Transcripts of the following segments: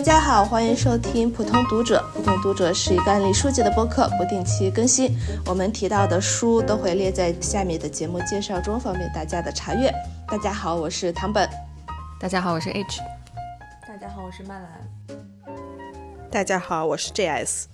家好，欢迎收听普通读者。普通读者是一个案例书籍的播客，不定期更新。我们提到的书都会列在下面的节目介绍中，方便大家的查阅。大家好，我是唐本。 大家好，我是 H。 大家好，我是曼兰。 大家好，我是 JS。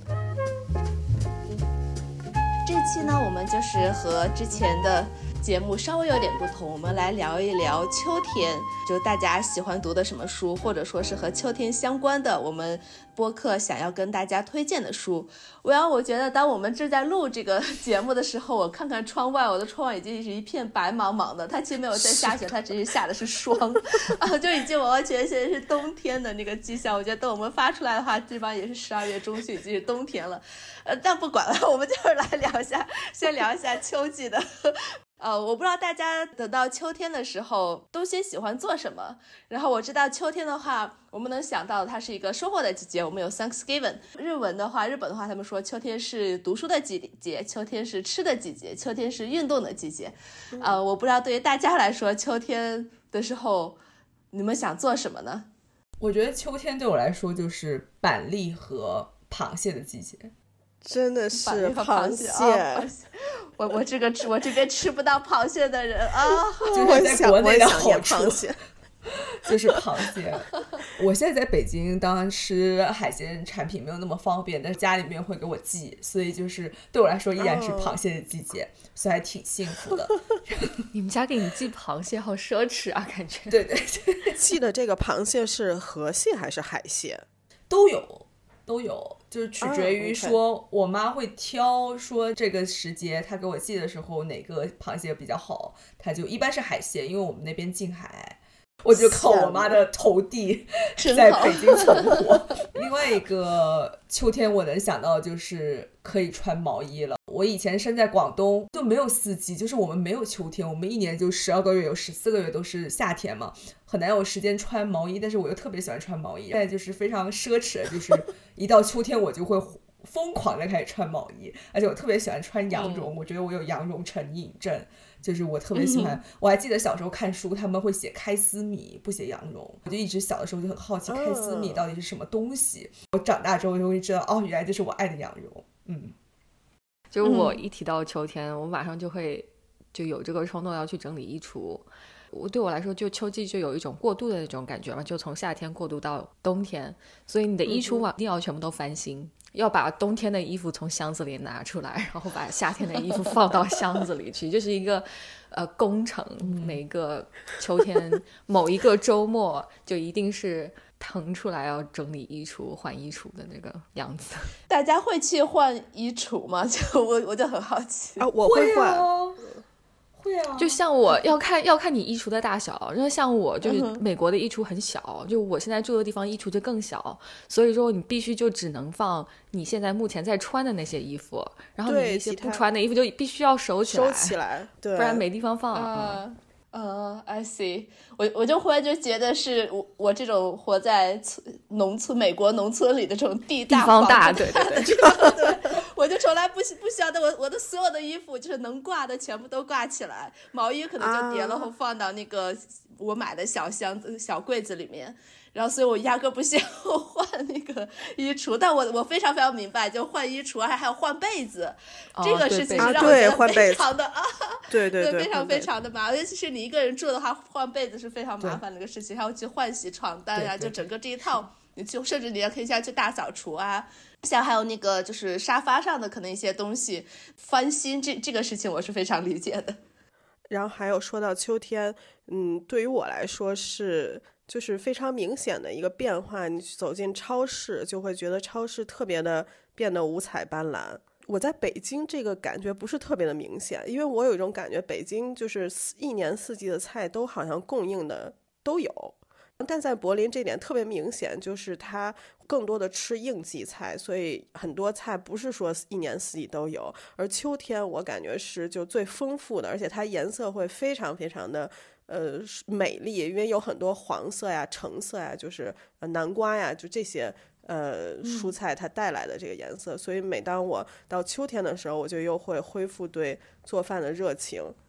这期呢，我们就是和之前的节目稍微有点不同，我们来聊一聊秋天，就大家喜欢读的什么书，或者说是和秋天相关的，我们播客想要跟大家推荐的书。我觉得当我们正在录这个节目的时候，我看看窗外，我的窗外已经是一片白茫茫的，它其实没有在下雪，它只是下的是霜就已经完完全全是冬天的那个迹象。我觉得等我们发出来的话，基本上也是12月中旬，已经是冬天了。但不管了，我们就是来先聊一下秋季的我不知道大家等到秋天的时候都先喜欢做什么。然后我知道秋天的话，我们能想到它是一个收获的季节，我们有 Thanksgiving。日本的话，他们说秋天是读书的季节，秋天是吃的季节，秋天是运动的季节。我不知道对于大家来说，秋天的时候你们想做什么呢？ 我觉得秋天对我来说就是板栗和螃蟹的季节。 真的是螃蟹， 我这边吃不到螃蟹的人啊， 就是在国内的好处螃蟹就是螃蟹。我现在在北京，当然吃海鲜产品没有那么方便，但是家里面会给我寄，所以就是对我来说依然是螃蟹的季节，所以还挺幸福的。 你们家给你寄螃蟹好奢侈啊，感觉。 对对对， 寄的这个螃蟹是河蟹还是海蟹？ 都有，就是取决于说我妈会挑，说这个时节她给我寄的时候哪个螃蟹比较好，她就一般是海蟹，因为我们那边近海，我就靠我妈的投递在北京存活。另外一个秋天我能想到就是可以穿毛衣了。我以前生在广东就没有四季，就是我们没有秋天，我们一年就12个月有14个月都是夏天嘛，很难有时间穿毛衣，但是我又特别喜欢穿毛衣。现在就是非常奢侈，就是一到秋天我就会疯狂的开始穿毛衣，而且我特别喜欢穿羊绒，我觉得我有羊绒成瘾症，就是我特别喜欢。我还记得小时候看书他们会写开司米不写羊绒，我就一直小的时候就很好奇开司米到底是什么东西。我长大之后就会知道，哦，原来这是我爱的羊绒。 就是我一提到秋天，我马上就有这个冲动要去整理衣橱。对我来说，就秋季就有一种过渡的那种感觉嘛，就从夏天过渡到冬天，所以你的衣橱一定要全部都翻新，要把冬天的衣服从箱子里拿出来，然后把夏天的衣服放到箱子里去，就是一个工程。每个秋天某一个周末就一定是腾出来要整理衣橱换衣橱的那个样子。 大家会去换衣橱吗？就我就很好奇啊，我会换。 会啊， 就像我要看你衣橱的大小，因为像我就是美国的衣橱很小，就我现在住的地方衣橱就更小，所以说你必须就只能放你现在目前在穿的那些衣服，然后你那些不穿的衣服就必须要收起来， 对， 不然没地方放。 I see。我就忽然就觉得是我这种活在农村美国农村里的这种地方大，对对对，我就从来不晓得我的所有的衣服就是能挂的全部都挂起来，毛衣可能就叠了后放到那个我买的小箱子小柜子里面。然后所以我压根不需要换那个衣橱，但我非常非常明白，就换衣橱还有换被子，这个事情是让我觉得非常的对， 非常非常的麻烦，尤其是你一个人住的话，换被子是非常麻烦的一个事情，还要去换洗床单啊，就整个这一套，你就甚至你也可以下去大扫除啊，像还有那个就是沙发上的可能一些东西翻新，这个事情我是非常理解的。 然后还有说到秋天，对于我来说就是非常明显的一个变化，你走进超市就会觉得超市特别的变得五彩斑斓。我在北京这个感觉不是特别的明显，因为我有一种感觉北京就是一年四季的菜都好像供应的都有，但在柏林这点特别明显，就是它更多的吃应季菜，所以很多菜不是说一年四季都有，而秋天我感觉是就最丰富的，而且它颜色会非常非常的美丽，因为有很多黄色呀橙色呀，就是南瓜呀，就这些蔬菜它带来的这个颜色，所以每当我到秋天的时候，我就又会恢复对做饭的热情，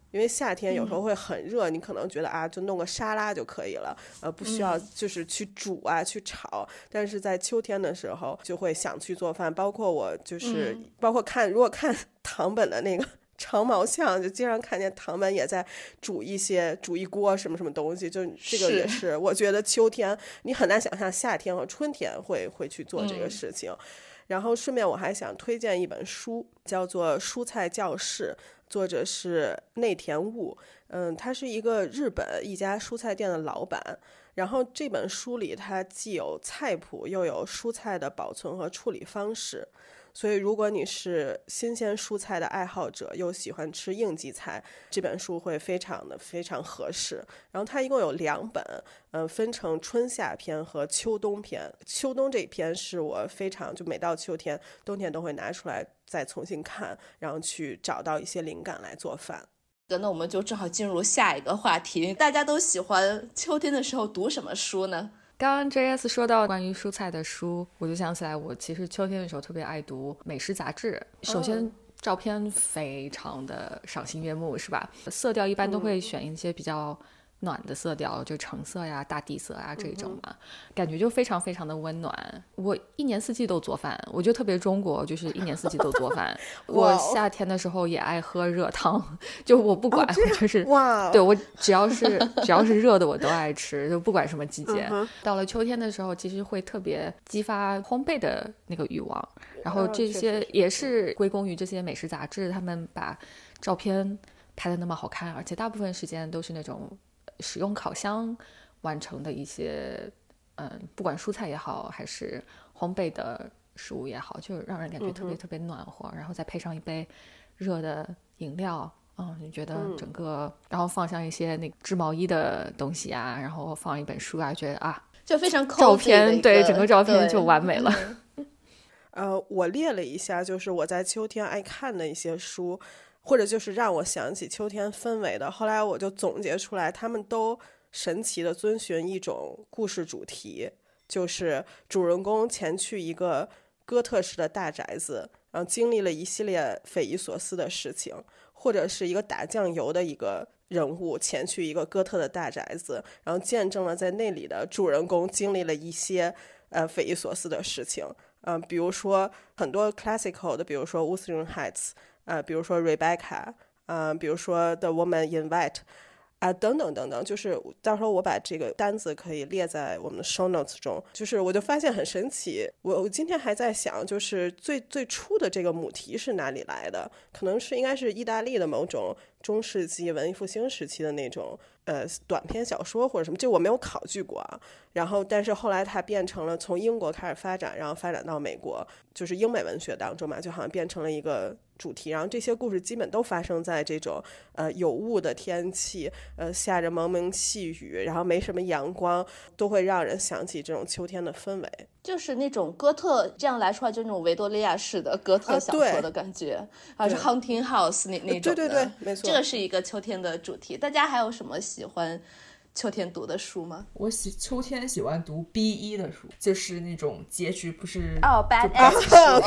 因为夏天有时候会很热，你可能觉得啊，就弄个沙拉就可以了，不需要就是去煮啊，去炒。但是在秋天的时候，就会想去做饭。包括我就是，包括如果看唐本的那个长毛象，就经常看见唐本也在煮一锅什么什么东西。就这个也是，我觉得秋天你很难想象夏天和春天会去做这个事情。然后顺便我还想推荐一本书，叫做《蔬菜教室》，作者是内田悟。他是一个日本一家蔬菜店的老板。然后这本书里它既有菜谱，又有蔬菜的保存和处理方式。所以如果你是新鲜蔬菜的爱好者，又喜欢吃应季菜，这本书会非常合适。然后它一共有2本，分成春夏篇和秋冬篇。秋冬这一篇是我就每到秋天冬天都会拿出来再重新看，然后去找到一些灵感来做饭。 那我们就正好进入下一个话题，大家都喜欢秋天的时候读什么书呢？ 刚刚 JS 说到关于蔬菜的书，我就想起来我其实秋天的时候特别爱读美食杂志。首先照片非常的赏心悦目，是吧？色调一般都会选一些比较暖的色调，就橙色呀、大地色呀这种嘛，感觉就非常非常的温暖。我一年四季都做饭，我觉得特别中国，就是一年四季都做饭。我夏天的时候也爱喝热汤，就我不管，就是对我只要是热的我都爱吃，就不管什么季节。到了秋天的时候，其实会特别激发烘焙的那个欲望，然后这些也是归功于这些美食杂志，他们把照片拍得那么好看，而且大部分时间都是那种使用烤箱完成的一些不管蔬菜也好还是烘焙的食物也好，就让人感觉特别特别暖和，然后再配上一杯热的饮料，你觉得整个然后放上一些那个织毛衣的东西啊，然后放一本书啊，觉得啊就非常照片，对整个照片就完美了。 我列了一下，就是我在秋天爱看的一些书，或者就是让我想起秋天氛围的。后来我就总结出来，他们都神奇的遵循一种故事主题，就是主人公前去一个哥特式的大宅子，然后经历了一系列匪夷所思的事情，或者是一个打酱油的一个人物前去一个哥特的大宅子，然后见证了在那里的主人公经历了一些匪夷所思的事情。比如说很多 classical 的，比如说 Wuthering Heights，比如说 Rebecca，比如说 The Woman in White，等等等等，就是到时候我把这个单子可以列在我们的 show notes 中。就是我就发现很神奇，我今天还在想，就是最初的这个母题是哪里来的？可能是应该是意大利的某种中世纪文艺复兴时期的那种短篇小说或者什么，这我没有考据过啊。然后但是后来它变成了从英国开始发展，然后发展到美国，就是英美文学当中嘛，就好像变成了一个主题。然后这些故事基本都发生在这种有雾的天气，下着蒙蒙细雨，然后没什么阳光，都会让人想起这种秋天的氛围。 就是那种哥特，这样来说就是那种维多利亚式的哥特小说的感觉，是 Hunting House 那种的。 对，没错， 这个是一个秋天的主题。大家还有什么喜欢秋天读的书吗？ 我秋天喜欢读 BE 的书，就是那种结局不是 bad end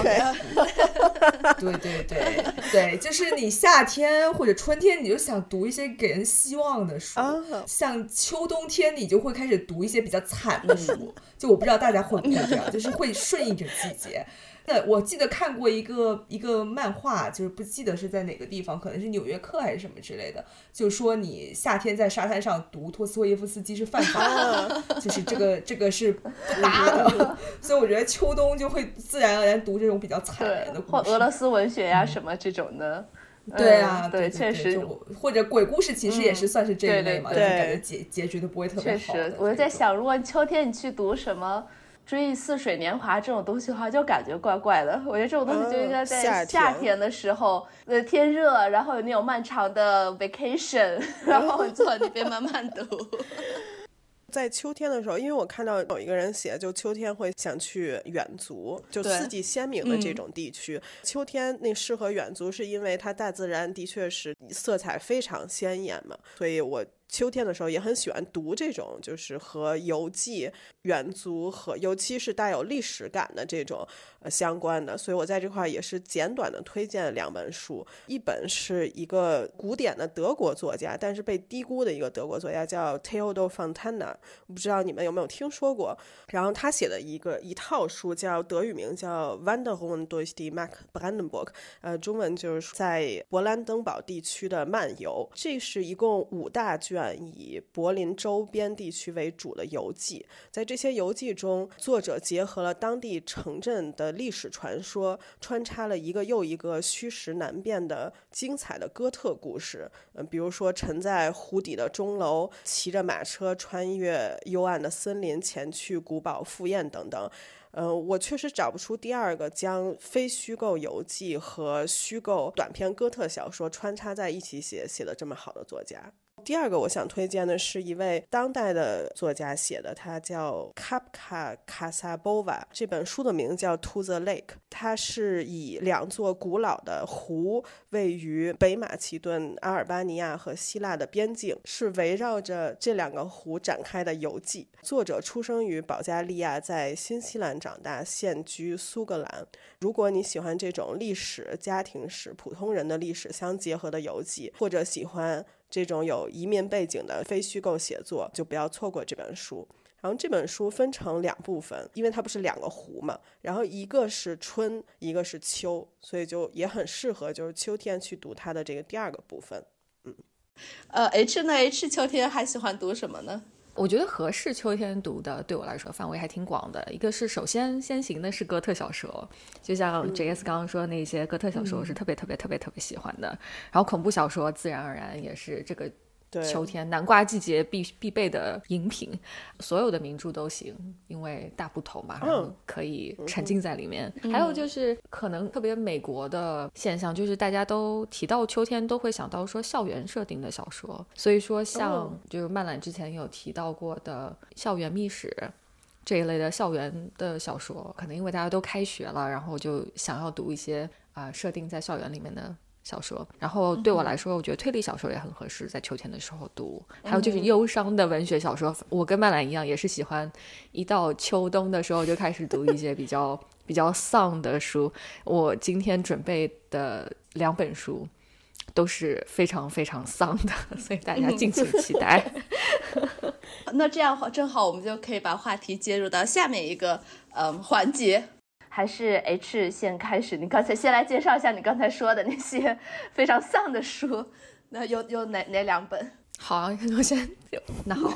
对，就是你夏天或者春天你就想读一些给人希望的书，像秋冬天你就会开始读一些比较惨的书，就我不知道大家会不会这样，就是会顺应着季节。那我记得看过一个漫画，就是不记得是在哪个地方，可能是纽约客还是什么之类的，就说你夏天在沙滩上读托斯托耶夫斯基是犯法的，就是这个是不搭的。所以我觉得秋冬就会自然而然读这种比较惨人的故事， 或俄罗斯文学呀什么这种的。 对啊， 对，确实， 或者鬼故事其实也是算是这一类嘛，就是感觉结局都不会特别好的。 确实，我在想，如果秋天你去读什么追忆似水年华这种东西的话，就感觉怪怪的。我觉得这种东西就应该在夏天的时候，天热，然后有那种漫长的 vacation， 然后坐在那边慢慢读。 在秋天的时候，因为我看到有一个人写，就秋天会想去远足，就四季鲜明的这种地区。秋天那适合远足，是因为它大自然的确是色彩非常鲜艳嘛，所以我秋天的时候也很喜欢读这种就是和游记、远足和尤其是带有历史感的这种相关的，所以我在这块也是简短的推荐2本书。一本是一个古典的德国作家，但是被低估的一个德国作家，叫 Theodor Fontana， 不知道你们有没有听说过。然后他写的一套书叫德语名叫 Wanderungen durch die Mark Brandenburg， 中文就是在勃兰登堡地区的漫游。这是一共5大卷，以柏林周边地区为主的游记。在这些游记中，作者结合了当地城镇的历史传说，穿插了一个又一个虚实难辨的精彩的哥特故事。比如说沉在湖底的钟楼，骑着马车穿越幽暗的森林前去古堡赴宴等等。我确实找不出第二个将非虚构游记和虚构短篇哥特小说穿插在一起写得这么好的作家。第二个我想推荐的是一位当代的作家写的，他叫 Kapka Kasabova， 这本书的名叫 To the Lake。 它是以2座古老的湖位于北马其顿、阿尔巴尼亚和希腊的边境，是围绕着这2个湖展开的游记。作者出生于保加利亚，在新西兰长大，现居苏格兰。如果你喜欢这种历史、家庭史、普通人的历史相结合的游记，或者喜欢这种有移民背景的非虚构写作，就不要错过这本书。然后这本书分成2部分，因为它不是2个湖嘛，然后一个是春，一个是秋，所以就也很适合就是秋天去读它的这个第2个部分。 H 呢 ？H 秋天还喜欢读什么呢？ 我觉得合适秋天读的对我来说范围还挺广的。一个是首先先行的是哥特小说，就像 JS 刚刚说的那些哥特小说是特别喜欢的。然后恐怖小说自然而然也是这个秋天南瓜季节必备的饮品，所有的名著都行，因为大部头嘛，然后可以沉浸在里面。还有就是可能特别美国的现象，就是大家都提到秋天都会想到说校园设定的小说，所以说像就是漫懒之前有提到过的校园秘史这一类的校园的小说，可能因为大家都开学了，然后就想要读一些设定在校园里面的小说。然后对我来说，我觉得推理小说也很合适在秋天的时候读。还有就是忧伤的文学小说，我跟曼兰一样也是喜欢一到秋冬的时候就开始读一些比较丧的书。我今天准备的2本书都是非常丧的，所以大家敬请期待。 那这样正好我们就可以把话题接入到下面一个环节。还是 H 先开始，你刚才先来介绍一下你刚才说的那些非常丧的书，那有哪2本？ 好，我先那好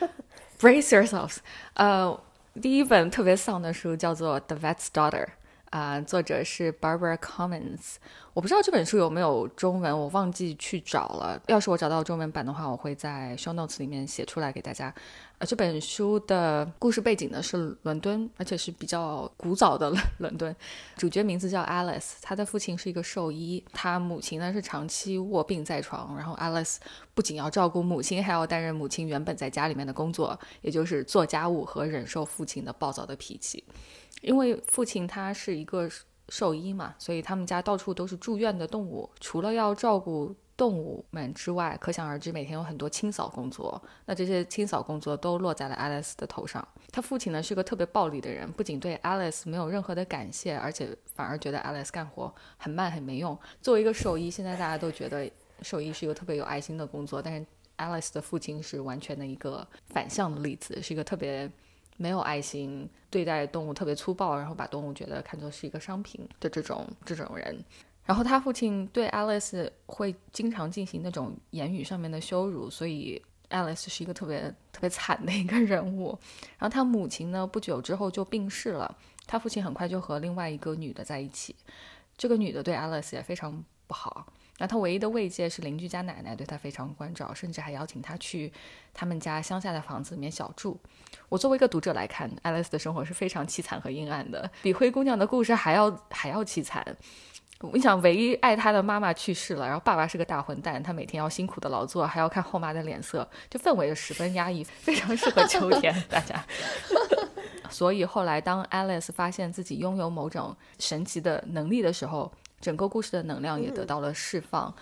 ，Brace yourselves。第一本特别丧的书叫做《The Vet's Daughter》。作者是 Barbara Cummins。 我不知道这本书有没有中文，我忘记去找了。要是我找到中文版的话，我会在 show notes 里面写出来给大家。这本书的故事背景呢是伦敦，而且是比较古早的伦敦。主角名字叫 Alice， 她的父亲是一个兽医，她母亲呢是长期卧病在床，然后 Alice 不仅要照顾母亲，还要担任母亲原本在家里面的工作，也就是做家务和忍受父亲的暴躁的脾气。因为父亲他是一个兽医嘛，所以他们家到处都是住院的动物，除了要照顾动物们之外，可想而知每天有很多清扫工作，那这些清扫工作都落在了 Alice 的头上。他父亲呢是个特别暴力的人，不仅对 Alice 没有任何的感谢，而且反而觉得 Alice 干活很慢很没用。作为一个兽医，现在大家都觉得兽医是一个特别有爱心的工作，但是 Alice 的父亲是完全的一个反向的例子，是一个特别没有爱心，对待动物特别粗暴，然后把动物觉得看作是一个商品的这种人。然后他父亲对 Alice 会经常进行那种言语上面的羞辱，所以 Alice 是一个特别惨的一个人物。然后他母亲呢不久之后就病逝了，他父亲很快就和另外一个女的在一起，这个女的对 Alice 也非常不好。那他唯一的慰藉是邻居家奶奶对他非常关照，甚至还邀请他去他们家乡下的房子里面小住。我作为一个读者来看， Alice 的生活是非常凄惨和阴暗的，比灰姑娘的故事还要凄惨。你想，唯一爱他的妈妈去世了，然后爸爸是个大混蛋，他每天要辛苦的劳作，还要看后妈的脸色，就氛围十分压抑，非常适合秋天大家。所以后来当 Alice 发现自己拥有某种神奇的能力的时候，整个故事的能量也得到了释放。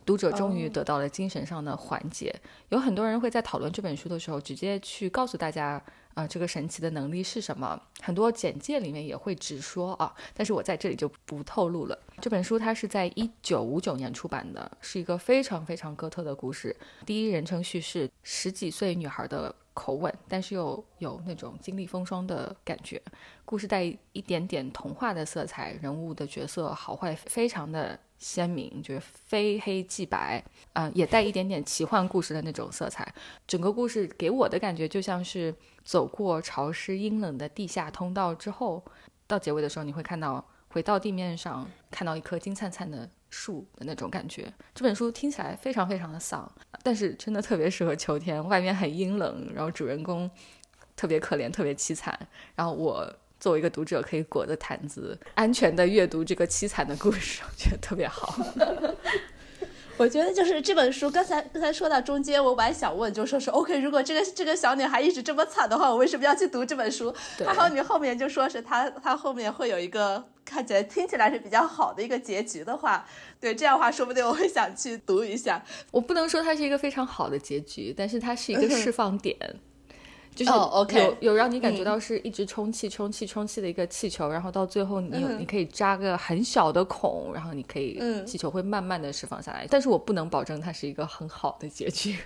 读者终于得到了精神上的缓解。有很多人会在讨论这本书的时候直接去告诉大家这个神奇的能力是什么，很多简介里面也会直说但是我在这里就不透露了。这本书它是在1959年出版的，是一个非常非常哥特的故事，第一人称叙事，10几岁女孩的口吻，但是又有那种经历风霜的感觉，故事带一点点童话的色彩，人物的角色好坏非常的鲜明，就是非黑即白，也带一点点奇幻故事的那种色彩。整个故事给我的感觉就像是走过潮湿阴冷的地下通道之后，到结尾的时候你会看到回到地面上，看到一棵金灿灿的树的那种感觉。这本书听起来非常非常的丧，但是真的特别适合秋天，外面很阴冷，然后主人公特别可怜特别凄惨，然后我作为一个读者可以裹着毯子安全的阅读这个凄惨的故事，我觉得特别好。 我觉得就是这本书刚才说到中间，我本来想问就说是 OK， 如果这个小女孩一直这么惨的话，我为什么要去读这本书？还好你后面就说是她后面会有一个看起来听起来是比较好的一个结局的话，对，这样的话说不定我会想去读一下。 我不能说它是一个非常好的结局，但是它是一个释放点。就是有让你感觉到是一直充气的一个气球，然后到最后你可以扎个很小的孔，然后你可以气球会慢慢的释放下来，但是我不能保证它是一个很好的结局。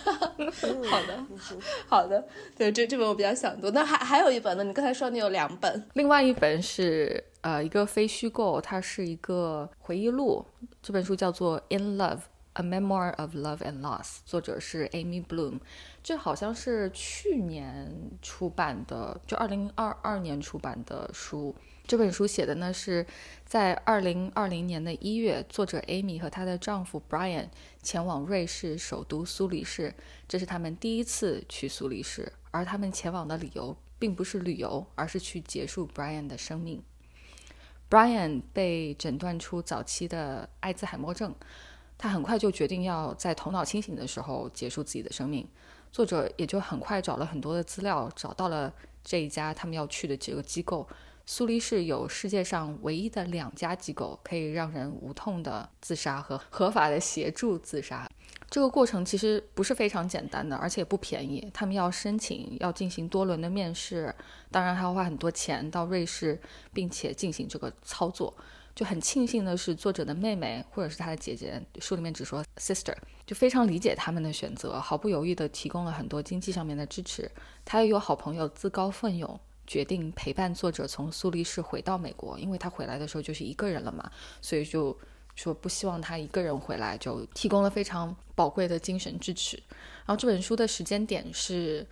好的，对，这本我比较想读。那还有一本呢？你刚才说你有2本， 另外一本是一个非虚构，它是一个回忆录，这本书叫做 In Love，A Memoir of Love and Loss， 作者是 Amy Bloom， 这好像是去年出版的，就2022年出版的书。这本书写的呢是在2020年的1月，作者 Amy 和她的丈夫 Brian 前往瑞士首都苏黎世，这是他们第一次去苏黎世，而他们前往的理由并不是旅游，而是去结束 Brian 的生命。Brian 被诊断出早期的艾滋海默症，他很快就决定要在头脑清醒的时候结束自己的生命。作者也就很快找了很多的资料，找到了这一家他们要去的这个机构。苏黎世有世界上唯一的2家机构可以让人无痛的自杀和合法的协助自杀。这个过程其实不是非常简单的，而且不便宜，他们要申请，要进行多轮的面试，当然还要花很多钱到瑞士并且进行这个操作。就很庆幸的是，作者的妹妹或者是她的姐姐，书里面只说 sister， 就非常理解他们的选择，毫不犹豫地提供了很多经济上面的支持。她也有好朋友自告奋勇，决定陪伴作者从苏黎世回到美国，因为她回来的时候就是一个人了嘛，所以就说不希望她一个人回来，就提供了非常宝贵的精神支持。然后这本书的时间点是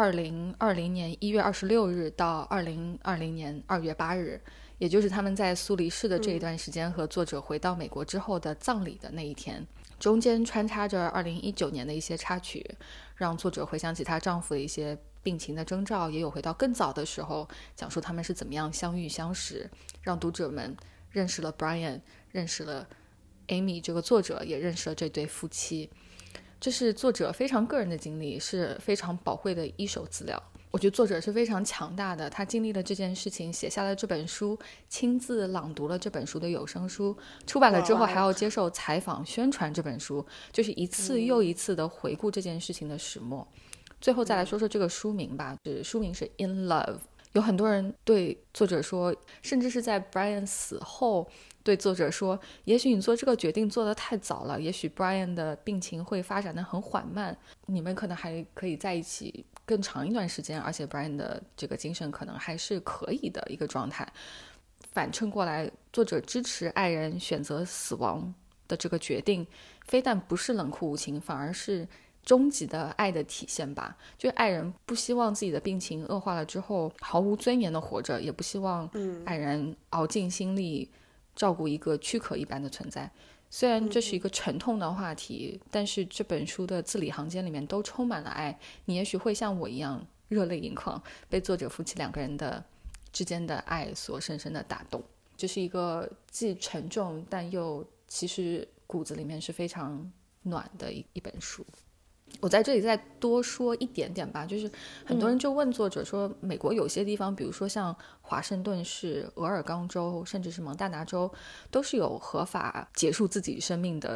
2020年1月26日到2020年2月8日，也就是他们在苏黎世的这一段时间和作者回到美国之后的葬礼的那一天，中间穿插着2019年的一些插曲，让作者回想起她丈夫的一些病情的征兆，也有回到更早的时候，讲述他们是怎么样相遇相识，让读者们认识了 Brian， 认识了 Amy 这个作者，也认识了这对夫妻。这是作者非常个人的经历，是非常宝贵的一手资料。我觉得作者是非常强大的，他经历了这件事情，写下了这本书，亲自朗读了这本书的有声书，出版了之后还要接受采访宣传这本书，就是一次又一次的回顾这件事情的始末。最后再来说说这个书名吧，书名是 In Love。 有很多人对作者说，甚至是在 Brian 死后对作者说，也许你做这个决定做得太早了，也许 Brian 的病情会发展得很缓慢，你们可能还可以在一起更长一段时间，而且 Brian 的这个精神可能还是可以的一个状态。反衬过来，作者支持爱人选择死亡的这个决定，非但不是冷酷无情，反而是终极的爱的体现吧。就是爱人不希望自己的病情恶化了之后毫无尊严的活着，也不希望爱人熬尽心力照顾一个躯壳一般的存在。虽然这是一个沉痛的话题，但是这本书的字里行间里面都充满了爱。你也许会像我一样热泪盈眶，被作者夫妻2个人的之间的爱所深深的打动。这是一个既沉重但又其实骨子里面是非常暖的一本书。我在这里再多说一点点吧，就是很多人就问作者说，美国有些地方，比如说像华盛顿市、俄尔冈州，甚至是蒙大拿州，都是有合法结束自己生命的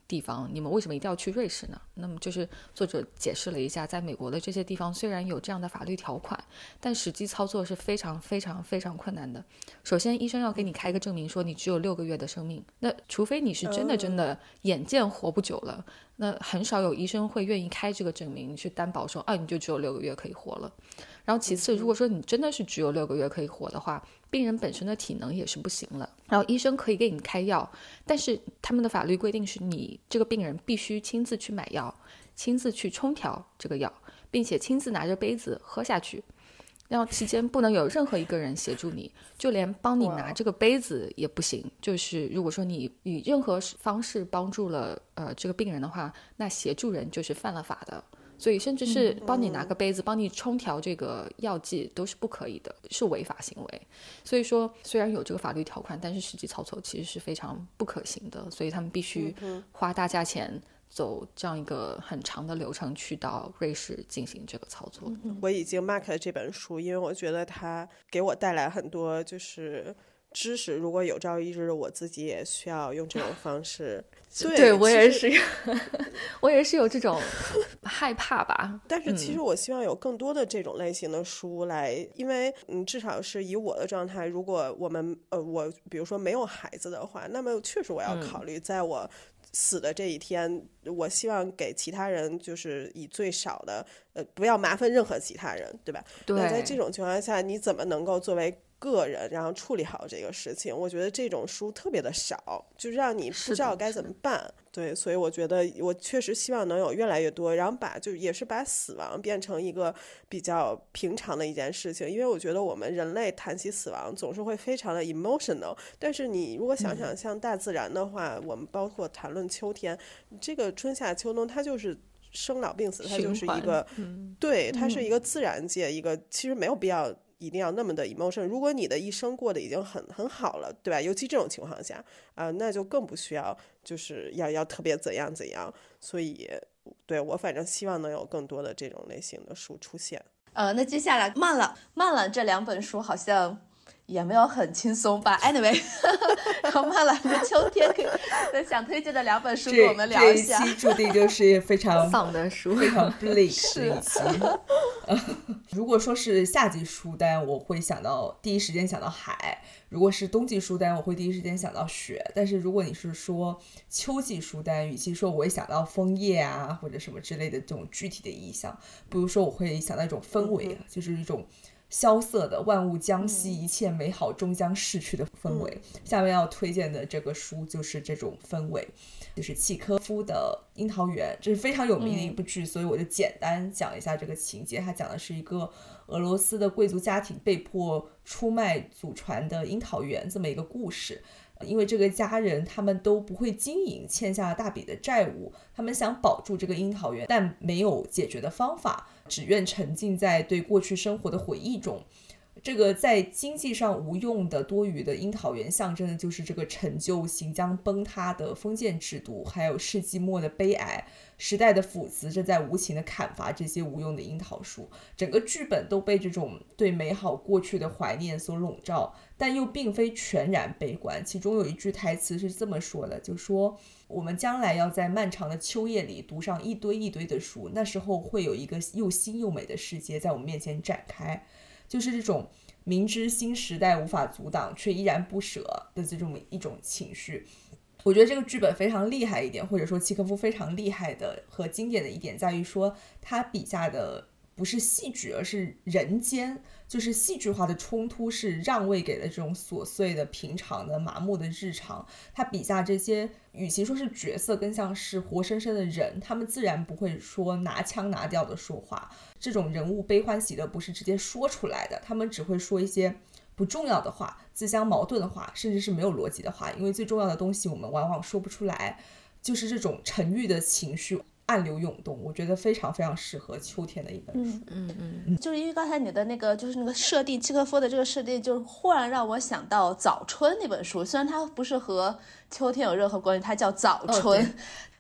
地方，你们为什么一定要去瑞士呢？那么就是作者解释了一下，在美国的这些地方虽然有这样的法律条款，但实际操作是非常非常非常困难的。首先医生要给你开个证明说你只有6个月的生命，那除非你是真的眼见活不久了，那很少有医生会愿意开这个证明去担保说你就只有6个月可以活了。然后其次，如果说你真的是只有6个月可以活的话，病人本身的体能也是不行了，然后医生可以给你开药，但是他们的法律规定是你这个病人必须亲自去买药，亲自去冲调这个药，并且亲自拿着杯子喝下去，然后期间不能有任何一个人协助你，就连帮你拿这个杯子也不行。就是如果说你以任何方式帮助了这个病人的话，那协助人就是犯了法的。所以甚至是帮你拿个杯子帮你冲调这个药剂都是不可以的，是违法行为。所以说虽然有这个法律条款，但是实际操作其实是非常不可行的，所以他们必须花大价钱走这样一个很长的流程去到瑞士进行这个操作。 我已经 mark 了这本书，因为我觉得它给我带来很多就是知识，如果有朝一日我自己也需要用这种方式对我也是我也是有这种害怕吧。 但是其实我希望有更多的这种类型的书来，因为至少是以我的状态，如果我比如说没有孩子的话，那么确实我要考虑在我死的这一天，我希望给其他人就是以最少的不要麻烦任何其他人，对吧？ 对。 那在这种情况下，你怎么能够作为个人然后处理好这个事情？我觉得这种书特别的少，就让你不知道该怎么办。对，所以我觉得我确实希望能有越来越多，然后也是把死亡变成一个比较平常的一件事情。因为我觉得我们人类谈起死亡总是会非常的 emotional， 但是你如果想想像大自然的话，我们包括谈论秋天，这个春夏秋冬它就是生老病死，它就是一个对，它是一个自然界，一个其实没有必要一定要那么的 emotion。 如果你的一生过得已经很好了，对吧？尤其这种情况下那就更不需要就是要特别怎样怎样。所以对我反正希望能有更多的这种类型的书出现。 那接下来慢了这2本书好像也没有很轻松吧 anyway 然后慢了的秋天可以想推荐的2本书跟我们聊一下。 这一期注定就是非常丧的书， 非常 bleak 的一期如果说是夏季书单，我会第一时间想到海；如果是冬季书单，我会第一时间想到雪。但是如果你是说秋季书单，与其说我会想到枫叶啊或者什么之类的这种具体的意象，不如说我会想到一种氛围就是一种萧瑟的万物将息，一切美好终将逝去的氛围。下面要推荐的这个书就是这种氛围，就是契科夫的《樱桃园》，这是非常有名的一部剧，所以我就简单讲一下这个情节。它讲的是一个俄罗斯的贵族家庭被迫出卖祖传的樱桃园这么一个故事。因为这个家人他们都不会经营，欠下了大笔的债务，他们想保住这个樱桃园，但没有解决的方法，只愿沉浸在对过去生活的回忆中。这个在经济上无用的多余的樱桃园，象征的就是这个陈旧行将崩塌的封建制度，还有世纪末的悲哀，时代的斧子正在无情的砍伐这些无用的樱桃树。整个剧本都被这种对美好过去的怀念所笼罩，但又并非全然悲观。其中有一句台词是这么说的，就说我们将来要在漫长的秋夜里读上一堆一堆的书，那时候会有一个又新又美的世界在我们面前展开。就是这种明知新时代无法阻挡却依然不舍的这种一种情绪。我觉得这个剧本非常厉害一点，或者说契科夫非常厉害的和经典的一点在于说，他笔下的不是戏剧而是人间，就是戏剧化的冲突是让位给了这种琐碎的平常的麻木的日常。他笔下这些与其说是角色，更像是活生生的人，他们自然不会说拿腔拿调的说话，这种人物悲欢喜乐不是直接说出来的，他们只会说一些不重要的话，自相矛盾的话，甚至是没有逻辑的话，因为最重要的东西我们往往说不出来，就是这种沉郁的情绪暗流涌动。我觉得非常非常适合秋天的一本书。 就是因为刚才你的那个就是那个设定，契科夫的这个设定就忽然让我想到早春那本书，虽然它不是和秋天有任何关系，它叫早春，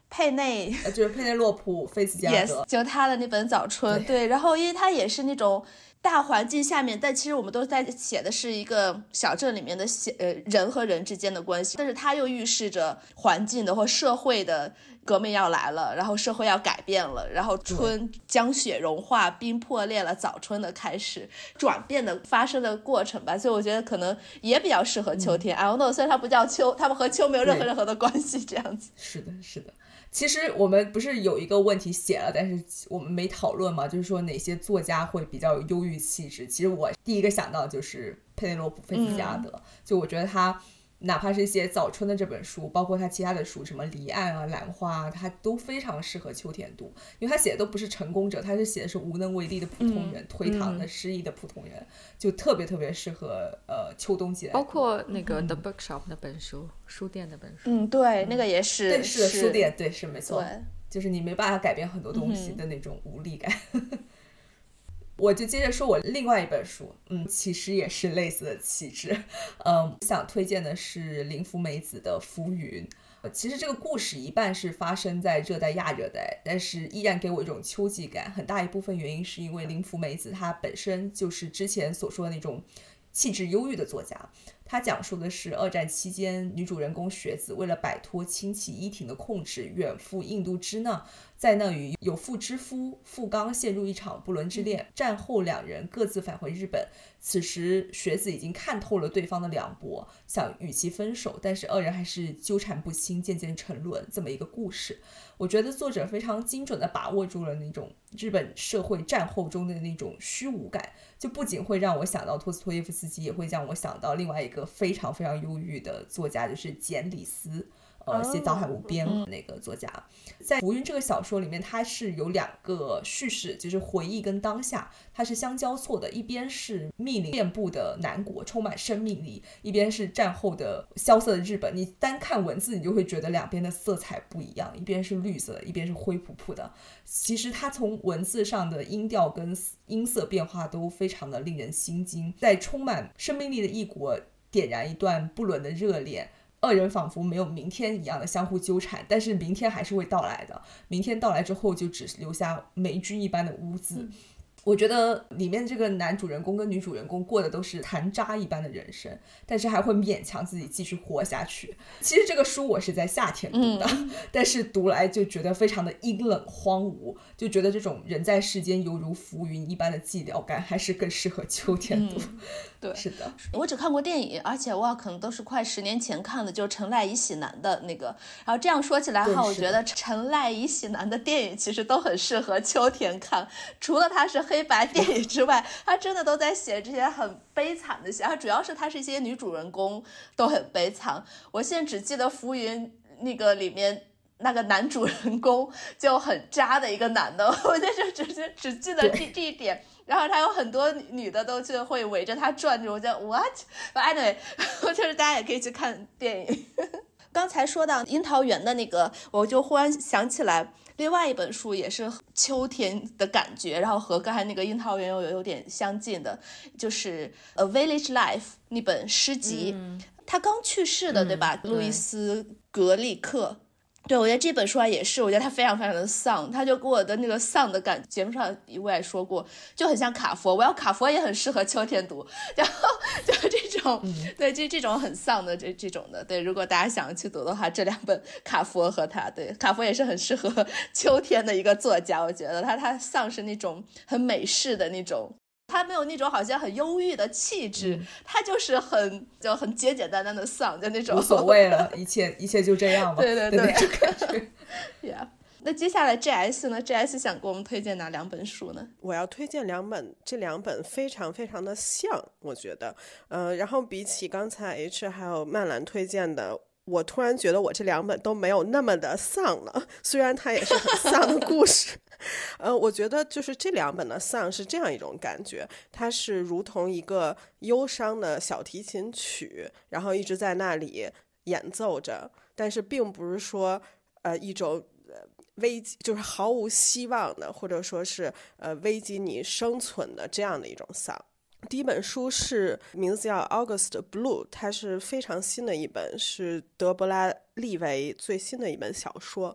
佩内就是佩内洛普·菲茨加德 yes 就他的那本早春， 对，然后因为他也是那种大环境下面，但其实我们都在写的是一个小镇里面的人和人之间的关系，但是他又预示着环境的或社会的革命要来了，然后社会要改变了，然后春将雪融化，冰破裂了，早春的开始，转变的发生的过程吧，所以我觉得可能也比较适合秋天。I don't know，虽然它不叫秋，它们和秋没有任何的关系，这样子。 是的，是的。其实我们不是有一个问题写了，但是我们没讨论嘛，就是说哪些作家会比较有忧郁气质。其实我第一个想到就是佩内洛普·菲茨加德，就我觉得他哪怕是写早春的这本书，包括他其他的书，什么离岸啊、兰花啊，他都非常适合秋天读，因为他写的都不是成功者，他是写的是无能为力的普通人，颓唐的失意的普通人，就特别特别适合秋冬季来读。 包括那个 The Bookshop 那本书，书店那本书， 对，那个也是， 对，是的，书店，对，是没错， 对， 就是你没办法改变很多东西的那种无力感。我就接着说我另外一本书，其实也是类似的气质，想推荐的是林芙美子的《浮云》。其实这个故事一半是发生在热带亚热带，但是依然给我一种秋季感，很大一部分原因是因为林芙美子她本身就是之前所说的那种气质忧郁的作家。他讲述的是二战期间女主人公雪子为了摆脱亲戚伊婷的控制，远赴印度支那，在那与有妇之夫富冈陷入一场不伦之恋。战后两人各自返回日本，此时雪子已经看透了对方的凉薄，想与其分手，但是二人还是纠缠不清，渐渐沉沦，这么一个故事。我觉得作者非常精准地把握住了那种日本社会战后中的那种虚无感，就不仅会让我想到托斯托耶夫斯基，也会让我想到另外一个非常非常忧郁的作家，就是简·里斯，写《早海无边》那个作家。在《浮云》这个小说里面，它是有两个叙事，就是回忆跟当下，它是相交错的。一边是密林遍布的南国，充满生命力，一边是战后的萧瑟的日本。你单看文字，你就会觉得两边的色彩不一样，一边是绿色的，一边是灰扑扑的。其实它从文字上的音调跟音色变化都非常的令人心惊，在充满生命力的异国点燃一段不伦的热恋，二人仿佛没有明天一样的相互纠缠，但是明天还是会到来的。明天到来之后，就只留下霉菌一般的污渍。我觉得里面这个男主人公跟女主人公过的都是残渣一般的人生，但是还会勉强自己继续活下去。其实这个书我是在夏天读的，但是读来就觉得非常的阴冷荒芜，就觉得这种人在世间犹如浮云一般的寂寥感还是更适合秋天读。 对， 是的， 我只看过电影，而且我可能都是快10年前看的，就陈赖以喜男的那个。然后这样说起来哈，我觉得陈赖以喜男的电影其实都很适合秋天看，除了他是黑白电影之外，他真的都在写这些很悲惨的戏，主要是他是一些女主人公都很悲惨。我现在只记得浮云那个里面那个男主人公就很渣的一个男的，我就只记得这一点。然后他有很多女的都就会围着他转，我就 what anyway 就是大家也可以去看电影。刚才说到樱桃园的那个，我就忽然想起来另外一本书也是秋天的感觉，然后和刚才那个樱桃园有点相近的，就是A Village Life 那本诗集。他刚去世的对吧，路易斯格利克。对，我觉得这本书也是，我觉得他非常非常的丧，他就给我的那个丧的感觉，节目上我也说过，就很像卡佛，卡佛也很适合秋天读，然后就这种，对，就这种很丧的这种的，对，如果大家想去读的话，这两本卡佛和他，对，卡佛也是很适合秋天的一个作家，我觉得他丧是那种很美式的那种。他没有那种好像很忧郁的气质，他就是很简简单单的丧，就那种无所谓了，一切就这样吧。 对对对， 那种感觉。 yeah. 那接下来 GS 呢 ？GS 想给我们推荐哪两本书呢？ 我要推荐这两本非常非常的像，我觉得，然后比起刚才 H 还有曼兰推荐的，我突然觉得我这两本都没有那么的丧了，虽然它也是很丧的故事。我觉得就是这两本的丧是这样一种感觉，它是如同一个忧伤的小提琴曲，然后一直在那里演奏着，但是并不是说一种危机，就是毫无希望的，或者说是危及你生存的这样的一种丧。第一本书是名字叫 August Blue， 它是非常新的一本，是德伯拉利维最新的一本小说。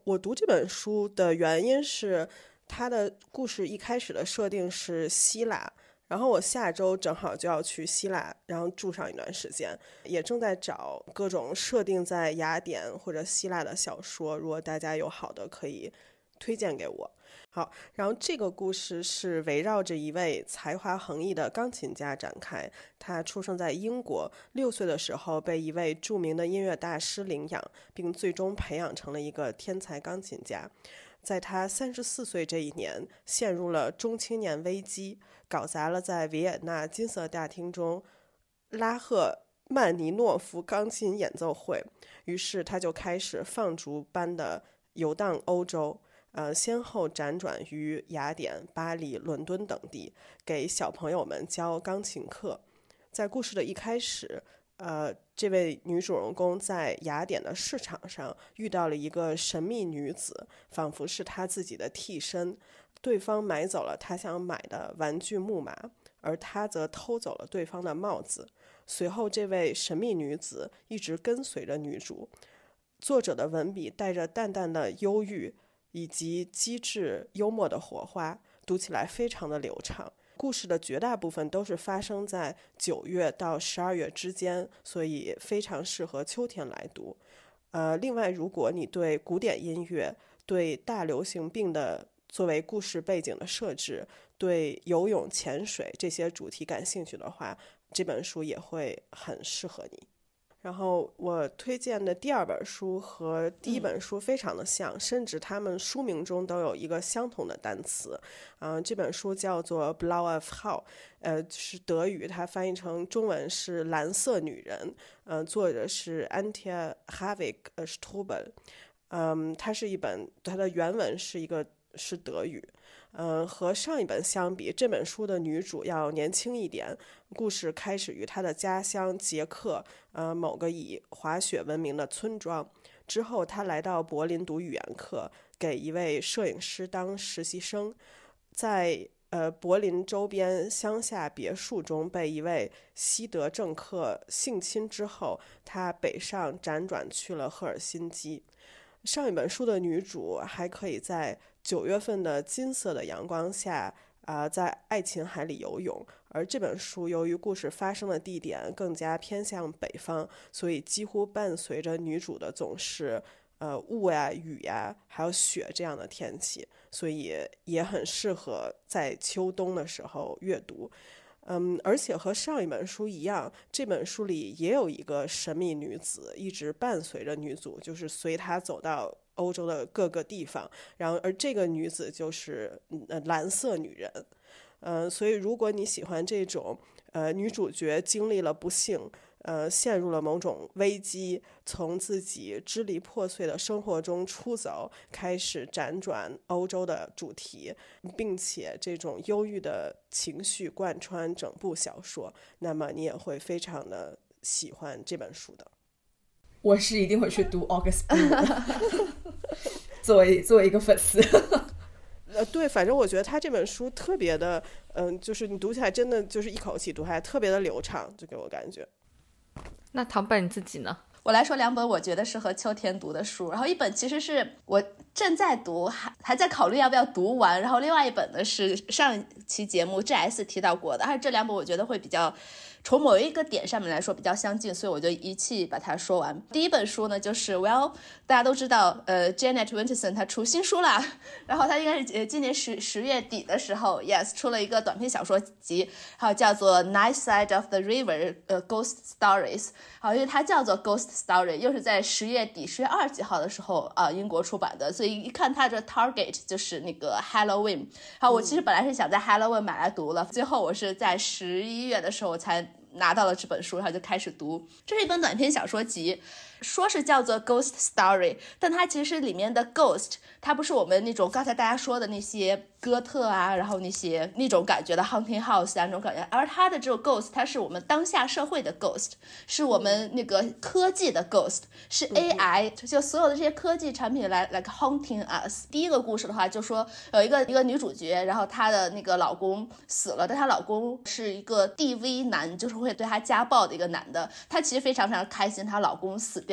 我读这本书的原因是它的故事一开始的设定是希腊，然后我下周正好就要去希腊，然后住上一段时间，也正在找各种设定在雅典或者希腊的小说，如果大家有好的可以推荐给我。好，然后这个故事是围绕着一位才华横溢的钢琴家展开。他出生在英国，6岁的时候被一位著名的音乐大师领养，并最终培养成了一个天才钢琴家。在他34岁这一年，陷入了中青年危机，搞砸了在维也纳金色大厅中拉赫曼尼诺夫钢琴演奏会。于是他就开始放逐般的游荡欧洲，先后辗转于雅典、巴黎、伦敦等地，给小朋友们教钢琴课。在故事的一开始，这位女主人公在雅典的市场上遇到了一个神秘女子，仿佛是她自己的替身。对方买走了她想买的玩具木马，而她则偷走了对方的帽子。随后这位神秘女子一直跟随着女主。作者的文笔带着淡淡的忧郁以及机智幽默的火花，读起来非常的流畅。故事的绝大部分都是发生在9月到12月之间，所以非常适合秋天来读。另外，如果你对古典音乐、对大流行病的作为故事背景的设置、对游泳、潜水这些主题感兴趣的话，这本书也会很适合你。然后我推荐的第2本书和第1本书非常的像，甚至他们书名中都有一个相同的单词。这本书叫做 Blaue Frau， 是德语，它翻译成中文是蓝色女人。作者是 Antje Havik-Strubel。它是一本，它的原文是德语。和上一本相比，这本书的女主要年轻一点。故事开始于她的家乡捷克，某个以滑雪闻名的村庄。之后，她来到柏林读语言课，给一位摄影师当实习生。在柏林周边乡下别墅中被一位西德政客性侵之后，她北上辗转去了赫尔辛基。上一本书的女主还可以在9月份的金色的阳光下在爱琴海里游泳，而这本书由于故事发生的地点更加偏向北方，所以几乎伴随着女主的总是雾呀、雨呀还有雪这样的天气，所以也很适合在秋冬的时候阅读。而且和上一本书一样，这本书里也有一个神秘女子一直伴随着女主，就是随她走到欧洲的各个地方，然后而这个女子就是蓝色女人。所以如果你喜欢这种女主角经历了不幸，陷入了某种危机，从自己支离破碎的生活中出走，开始辗转欧洲的主题，并且这种忧郁的情绪贯穿整部小说，那么你也会非常的喜欢这本书的。 我是一定会去读 August Blue 的作为一个粉丝。 对，反正我觉得他这本书特别的，就是你读起来真的就是一口气读下来，特别的流畅，就给我感觉。 那唐本你自己呢？ 我来说2本我觉得适合秋天读的书，然后一本其实是我正在读，还在考虑要不要读完，然后另外一本呢是上期节目 GS 提到过的，而这2本我觉得会比较从某一个点上面来说比较相近，所以我就一气把它说完。第一本书呢就是 大家都知道Janet Winterson 她出新书了，然后她应该是今年10月底的时候 出了一个短篇小说集，还有叫做 Night Side of the River Ghost Stories， 好，因为它叫做 Ghost Story， 又是在10月底10月20几号的时候英国出版的，所以一看它这 target 就是那个 Halloween。 好，我其实本来是想在 Halloween 买来读了，最后我是在11月的时候才拿到了这本书，然后就开始读。这是一本短篇小说集，说是叫做 Ghost Story， 但它其实里面的 Ghost 它不是我们那种刚才大家说的那些哥特啊，然后那种感觉的 Haunting House 啊那种感觉，而它的这种 Ghost 它是我们当下社会的 Ghost， 是我们那个科技的 Ghost， 是 AI， 就所有的这些科技产品来 Haunting us。 第一个故事的话就说有一个女主角，然后她的那个老公死了，但她老公是一个 DV 男，就是会对她家暴的一个男的。她其实非常非常开心她老公死掉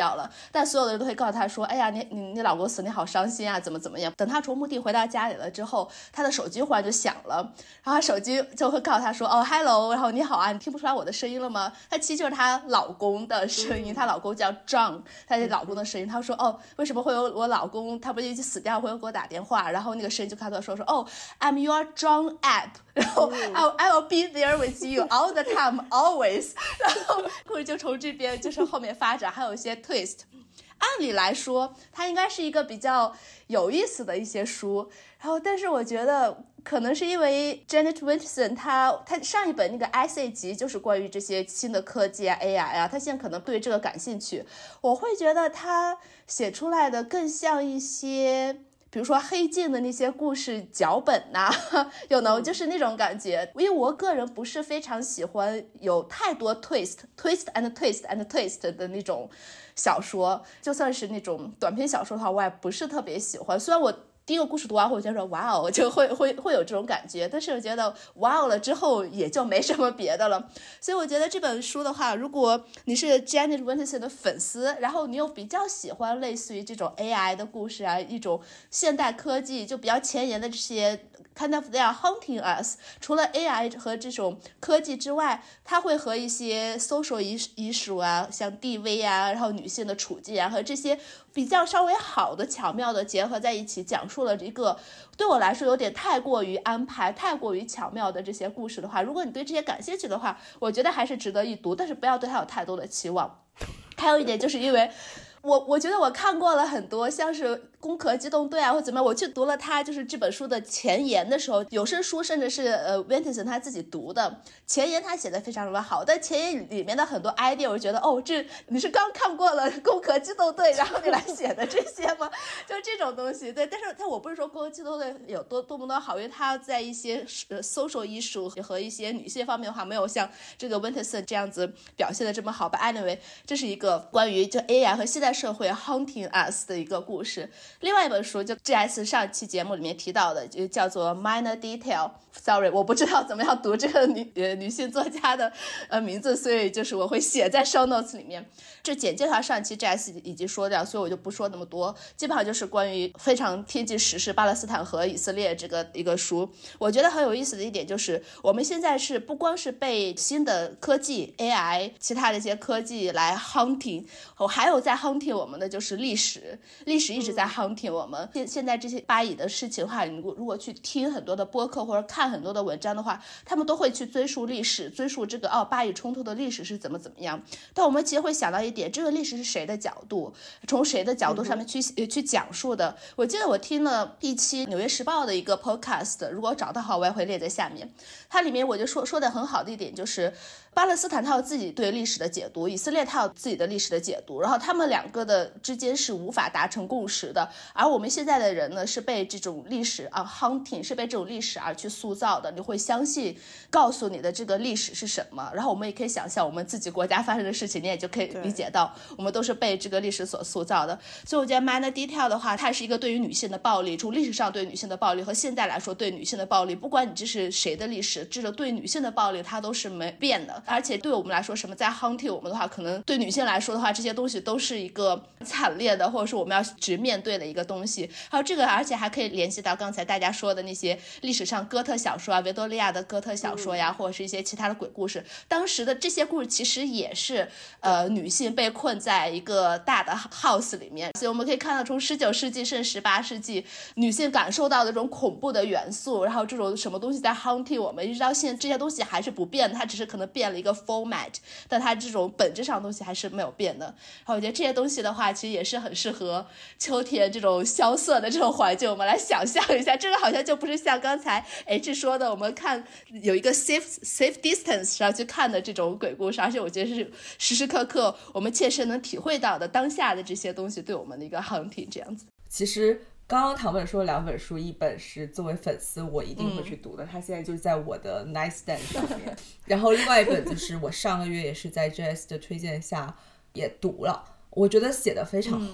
掉了，但所有的人都会告诉他说，哎呀，你老公死，你好伤心啊，怎么样。等他从墓地回到家里了之后，他的手机忽然就响了，然后他手机就会告诉他说，哦 hello， 然后你好啊，你听不出来我的声音了吗？他其实就是她老公的声音，她老公叫 John， 他是老公的声音。他说，哦，为什么会有我老公，他不是已经死掉，会给我打电话，然后那个声音就开始说，哦 I'm your John app， 然后 I will be there with you all the time always， 然后故事就从这边就是后面发展，还有一些 twist。按理来说它应该是一个比较有意思的一些书，然后但是我觉得可能是因为 Janet Winterson 她上一本那个 essay 集就是关于这些新的科技啊 AI 啊，她现在可能对这个感兴趣，我会觉得她写出来的更像一些比如说黑镜的那些故事脚本呐、有能就是那种感觉。因为我个人不是非常喜欢有太多 twist and twist and twist 的那种小说，就算是那种短篇小说的话我也不是特别喜欢。虽然我第一个故事读完后我就说哇哦，就会有这种感觉，但是我觉得哇哦了之后也就没什么别的了。所以我觉得这本书的话，如果你是 Janet Winterson 的粉丝，然后你又比较喜欢类似于这种 AI 的故事啊，一种现代科技就比较前沿的这些 kind of they are haunting us， 除了 AI 和这种科技之外，它会和一些 social issue 啊，像地位啊，然后女性的处境啊，和这些比较稍微好的巧妙的结合在一起，讲述了一个对我来说有点太过于安排太过于巧妙的这些故事的话，如果你对这些感兴趣的话，我觉得还是值得一读，但是不要对它有太多的期望。还有一点就是因为我觉得我看过了很多像是攻壳机动队啊或怎么样，我去读了他就是这本书的前言的时候，有声书甚至是Winterson 他自己读的前言，他写的非常的好，但前言里面的很多 idea 我觉得哦，这你是刚看过了攻壳机动队然后你来写的这些吗？就这种东西。对，但是我不是说攻壳机动队有多么好，因为他在一些social issue和一些女性方面的话没有像这个 Winterson 这样子表现的这么好吧。 Anyway， 这是一个关于就 AI 和现代社会 haunting us 的一个故事。另外一本书就 GS 上期节目里面提到的，就叫做 Minor Detail。Sorry， 我不知道怎么样读这个女性作家的名字，所以就是我会写在 show notes 里面。这简介上上期 GS 已经说掉，所以我就不说那么多，基本上就是关于非常贴近时事巴勒斯坦和以色列这个一个书。我觉得很有意思的一点就是我们现在是不光是被新的科技 AI 其他的一些科技来 haunting， 还有在 haunting 我们的就是历史一直在 haunting 我们。现在这些巴以的事情的话，你如果去听很多的播客或者看很多的文章的话，他们都会去追溯历史，追溯这个巴以冲突的历史是怎么样。但我们其实会想到一点，这个历史是谁的角度，从谁的角度上面去讲述的。我记得我听了一期纽约时报的一个 podcast， 如果找到好我也会列在下面。它里面我就说的很好的一点就是巴勒斯坦他有自己对历史的解读，以色列他有自己的历史的解读，然后他们两个的之间是无法达成共识的。而我们现在的人呢，是被这种历史haunting， 是被这种历史而去塑造的。你会相信告诉你的这个历史是什么，然后我们也可以想象我们自己国家发生的事情，你也就可以理解到我们都是被这个历史所塑造的。所以我觉得 Minor Detail 的话，它是一个对于女性的暴力，从历史上对女性的暴力和现在来说对女性的暴力，不管你这是谁的历史，这个对女性的暴力它都是没变的。而且对我们来说，什么在 haunting 我们的话，可能对女性来说的话，这些东西都是一个惨烈的，或者说我们要直面对的一个东西。还有这个，而且还可以联系到刚才大家说的那些历史上哥特小说啊，维多利亚的哥特小说呀，或者是一些其他的鬼故事。当时的这些故事其实也是女性被困在一个大的 house 里面，所以我们可以看到从19世纪甚至18世纪女性感受到的这种恐怖的元素，然后这种什么东西在 haunting 我们，一直到现在这些东西还是不变的，它只是可能变了一个 format， 但它这种本质上的东西还是没有变的。然后我觉得这些东西的话其实也是很适合秋天这种萧瑟的这种环境，我们来想象一下，这个好像就不是像刚才 H 说的我们看有一个 safe distance 上去看的这种鬼故事，而且我觉得是时时刻刻我们切身能体会到的当下的这些东西对我们的一个 haunting 这样子。 其实刚刚唐本说了2本书，一本是作为粉丝我一定会去读的，它现在就在我的 nightstand 上面然后另外一本就是我上个月也是在 JS 的推荐下也读了，我觉得写得非常好。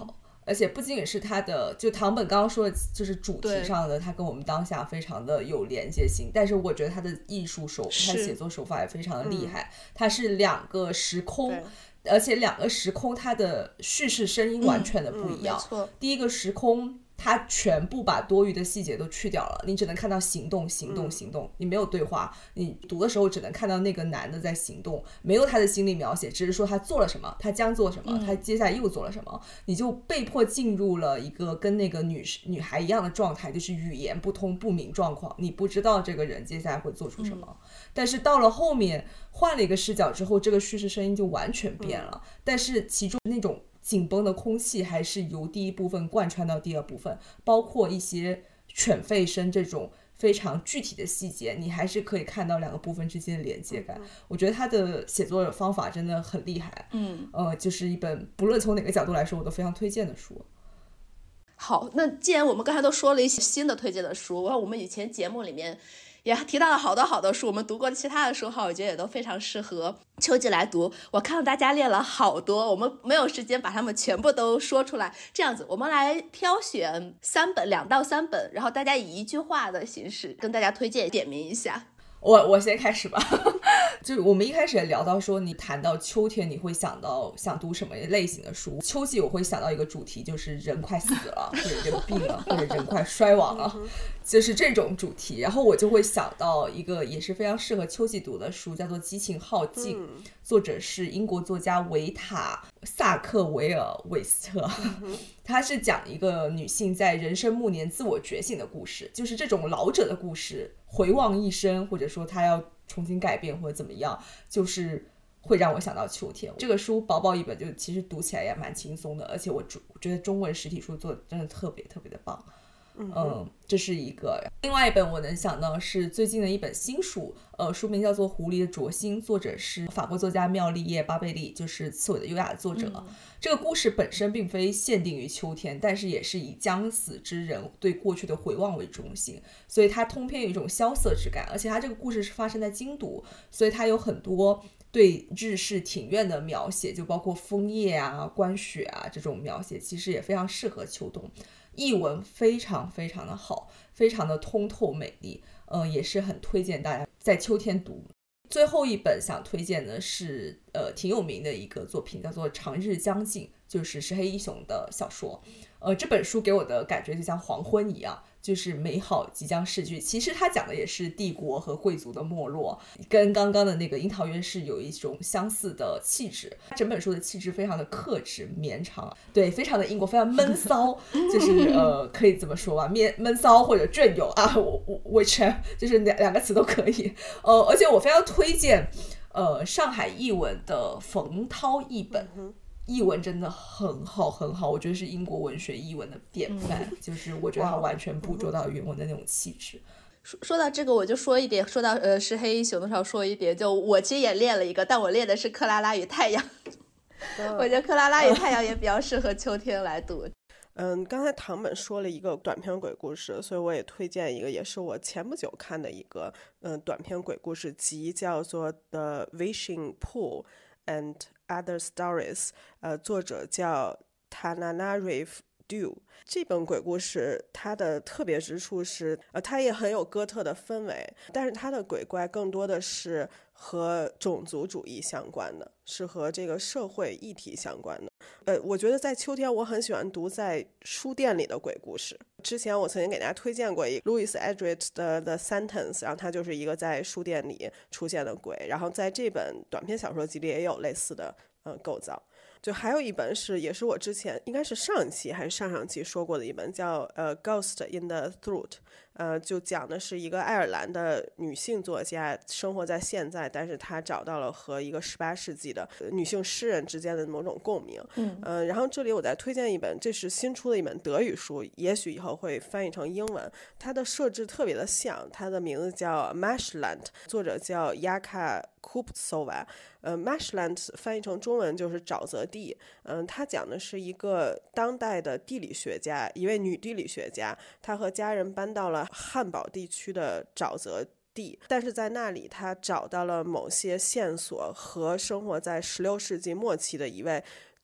而且不仅仅是它的，就唐本刚刚说的，就是主题上的，它跟我们当下非常的有连接性。但是我觉得它的艺术手，它写作手法也非常的厉害。它是2个时空，而且2个时空它的叙事声音完全的不一样。 没错， 第一个时空它全部把多余的细节都去掉了，你只能看到行动，你没有对话，你读的时候只能看到那个男的在行动，没有他的心理描写，只是说他做了什么，他将做什么，他接下来又做了什么，你就被迫进入了一个跟那个女孩一样的状态，就是语言不通不明状况，你不知道这个人接下来会做出什么。但是到了后面换了一个视角之后，这个叙事声音就完全变了，但是其中那种紧绷的空气还是由第一部分贯穿到第二部分，包括一些犬吠声这种非常具体的细节，你还是可以看到2个部分之间的连接感。我觉得他的写作方法真的很厉害，就是一本不论从哪个角度来说我都非常推荐的书。 好，那既然我们刚才都说了一些新的推荐的书，我们以前节目里面也提到了好多好多书，我们读过的其他的书号，我觉得也都非常适合秋季来读。我看到大家列了好多，我们没有时间把它们全部都说出来，这样子我们来挑选2到3本，然后大家以一句话的形式跟大家推荐点名一下。 我先开始吧。就我们一开始也聊到说，你谈到秋天你会想读什么类型的书。秋季我会想到一个主题，就是人快死了，或者人病了，或者人快衰亡了，就是这种主题。然后我就会想到一个也是非常适合秋季读的书，叫做《激情耗尽》，作者是英国作家维塔萨克维尔韦斯特。他是讲一个女性在人生暮年自我觉醒的故事，就是这种老者的故事，回望一生，或者说他要重新改变或者怎么样，就是会让我想到秋天。这个书薄薄一本，就其实读起来也蛮轻松的，而且我觉得中文实体书做的真的特别特别的棒。这是一个。另外一本我能想到是最近的一本新书，书名叫做《狐狸的灼心》，作者是法国作家妙丽叶巴贝利，就是《刺猬的优雅》的作者。这个故事本身并非限定于秋天，但是也是以将死之人对过去的回望为中心，所以它通篇有一种萧瑟之感，而且它这个故事是发生在京都，所以它有很多对日式庭院的描写，就包括枫叶啊、观雪啊这种描写，其实也非常适合秋冬。译文非常非常的好，非常的通透美丽，也是很推荐大家在秋天读。最后一本想推荐的是挺有名的一个作品，叫做《长日将近》，就是石黑一雄的小说。这本书给我的感觉就像黄昏一样，就是美好即将逝去。其实它讲的也是帝国和贵族的没落，跟刚刚的那个樱桃园是有一种相似的气质。整本书的气质非常的克制绵长，对，非常的英国，非常闷骚，就是可以怎么说吧，闷骚或者隽永啊，which 就是两个词都可以。而且我非常推荐上海译文的冯涛译本。译文真的很好很好，我觉得是英国文学译文的典范，就是我觉得他完全捕捉到原文的那种气质。 说到这个我就说一点，说到石黑一雄的时候说一点，就我其实也列了一个，但我列的是克拉拉与太阳。我觉得克拉拉与太阳也比较适合秋天来读。 刚才唐本说了一个短篇鬼故事，所以我也推荐一个，也是我前不久看的一个短篇鬼故事集，叫做 The Wishing Pool and Other Stories， 作者叫 Tananarive Du。 这本鬼故事它的特别之处是它也很有哥特的氛围，但是它的鬼怪更多的是和种族主义相关的，是和这个社会议题相关的。我觉得在秋天我很喜欢读在书店里的鬼故事。之前我曾经给大家推荐过一个 Louis Edrit 的 The Sentence， 然后它就是一个在书店里出现的鬼，然后在这本短篇小说集里也有类似的构造。就还有一本也是我之前应该是上一期还是上上期说过的一本，叫Ghost in the Throat，就讲的是一个爱尔兰的女性作家生活在现在，但是她找到了和一个18世纪的女性诗人之间的某种共鸣。然后这里我再推荐一本，这是新出的一本德语书，也许以后会翻译成英文，它的设置特别的像，它的名字叫 Marshland， 作者叫雅卡库普索瓦。Marshland 翻译成中文就是沼泽地。他讲的是一个当代的地理学家，一位女地理学家，她和家人搬到了汉堡地区的沼泽地，但是在那里她找到了某些线索和生活在16世纪末期的一位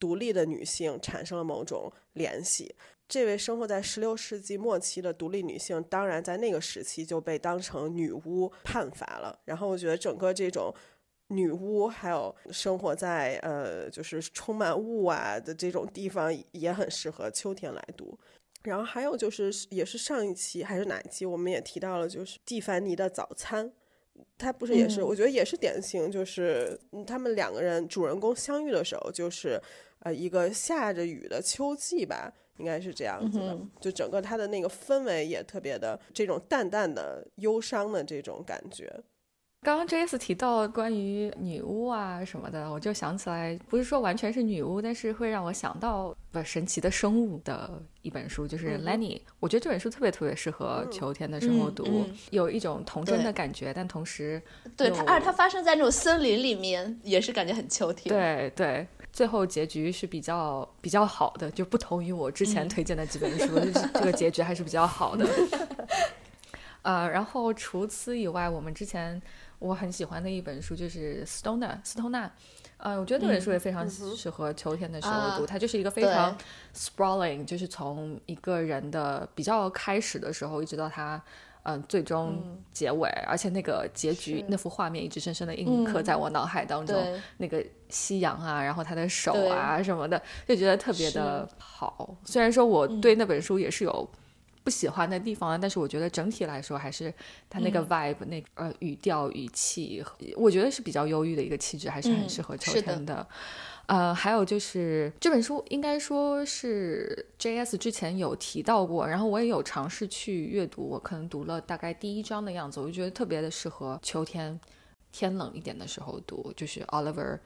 独立的女性产生了某种联系。这位生活在16世纪末期的独立女性，当然在那个时期就被当成女巫判罚了。然后我觉得整个这种女巫还有生活在就是充满雾啊的这种地方也很适合秋天来读。然后还有就是也是上一期还是哪一期我们也提到了，就是蒂凡尼的早餐，他不是也是我觉得也是典型，就是他们两个人主人公相遇的时候就是一个下着雨的秋季吧，应该是这样子的，就整个他的那个氛围也特别的这种淡淡的忧伤的这种感觉。 刚刚 JS 提到关于女巫啊什么的，我就想起来，不是说完全是女巫，但是会让我想到神奇的生物的一本书，就是 Lenny。我觉得这本书特别特别适合秋天的时候读，有一种童真的感觉，但同时对它发生在那种森林里面，也是感觉很秋天。 对对，最后结局是比较好的，就不同于我之前推荐的几本书，这个结局还是比较好的。然后除此以外，我很喜欢的一本书就是斯通纳，我觉得这本书也非常适合秋天的时候读，它就是一个非常 sprawling， 就是从一个人的比较开始的时候一直到他最终结尾，而且那个结局那幅画面一直深深的印刻在我脑海当中，那个夕阳啊，然后他的手啊什么的，就觉得特别的好。虽然说我对那本书也是有不喜欢的地方，但是我觉得整体来说还是他那个 vibe，那个语调语气，我觉得是比较忧郁的一个气质，还是很适合秋天的。还有就是这本书应该说是 JS 之前有提到过，然后我也有尝试去阅读，我可能读了大概第1章的样子，我就觉得特别的适合秋天天冷一点的时候读，就是 Oliver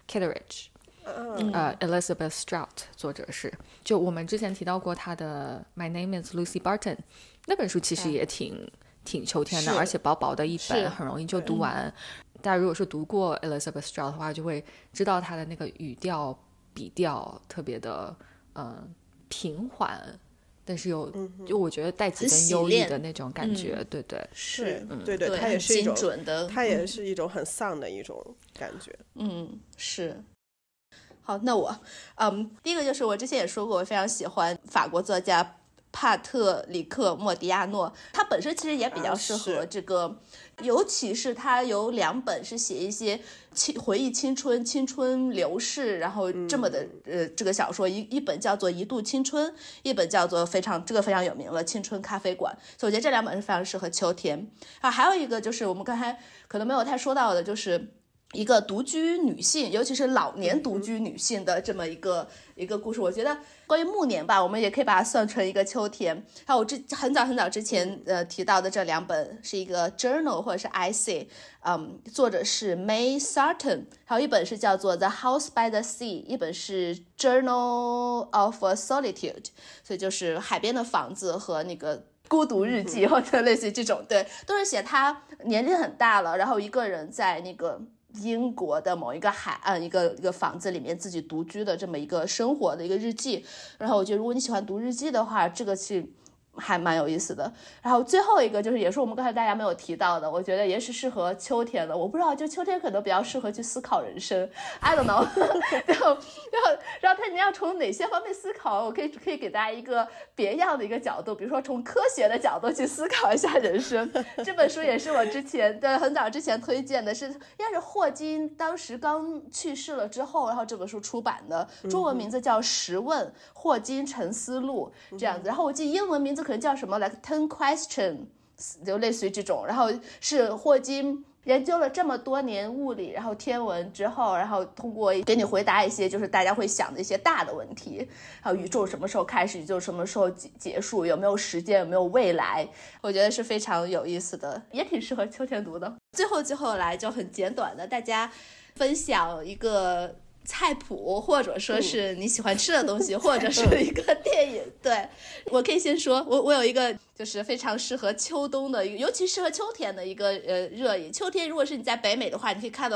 Kitteridge。Elizabeth Strout 作者是，就我们之前提到过他的 My Name is Lucy Barton 那本书其实也挺秋天的，而且薄薄的一本，很容易就读完。大家如果是读过 Elizabeth Strout 的话，就会知道他的那个语调笔调特别的平缓，但是就我觉得带几分忧郁的那种感觉。对对是，对对，它也是一种精准的， 它也是一种很丧的一种感觉。 是。好，那我第一个就是我之前也说过，我非常喜欢法国作家帕特里克·莫迪亚诺，他本身其实也比较适合这个，尤其是他有2本是写一些回忆青春流逝，然后这么的这个小说，一本叫做《一度青春》，一本叫做非常有名了《青春咖啡馆》，所以我觉得这2本是非常适合秋天。还有一个就是我们刚才可能没有太说到的，就是一个独居女性，尤其是老年独居女性的这么一个故事。我觉得关于暮年吧，我们也可以把它算成一个秋天。还有我很早之前提到的这2本是一个 Journal 或者是 Essay，作者是 May Sarton， 还有一本是叫做 The House by the Sea， 一本是 Journal of Solitude， 所以就是海边的房子和那个孤独日记，或者类似于这种，对，都是写他年龄很大了，然后一个人在那个英国的某一个海岸一个房子里面自己独居的这么一个生活的一个日记。然后我觉得如果你喜欢读日记的话，这个是还蛮有意思的。然后最后一个就是也是我们刚才大家没有提到的，我觉得也是适合秋天的，我不知道就秋天可能比较适合去思考人生 I don't know 然后你要从哪些方面思考，我可以给大家一个别样的一个角度，比如说从科学的角度去思考一下人生。这本书也是我很早之前推荐的，是应该是霍金当时刚去世了之后，然后这本书出版的，中文名字叫《十问霍金沉思录》这样子，然后我记得英文名字可能叫什么 like 10 question， 就类似于这种。然后是霍金研究了这么多年物理然后天文之后，然后通过给你回答一些就是大家会想的一些大的问题，还有宇宙什么时候开始，宇宙什么时候结束，有没有时间，有没有未来，我觉得是非常有意思的，也挺适合秋天读的。最后来就很简短的大家分享一个菜谱，或者说是你喜欢吃的东西，或者是一个电影。对，我可以先说，我有一个就是非常适合秋冬的一个，尤其适合秋天的一个热饮。秋天如果是你在北美的话，你可以看到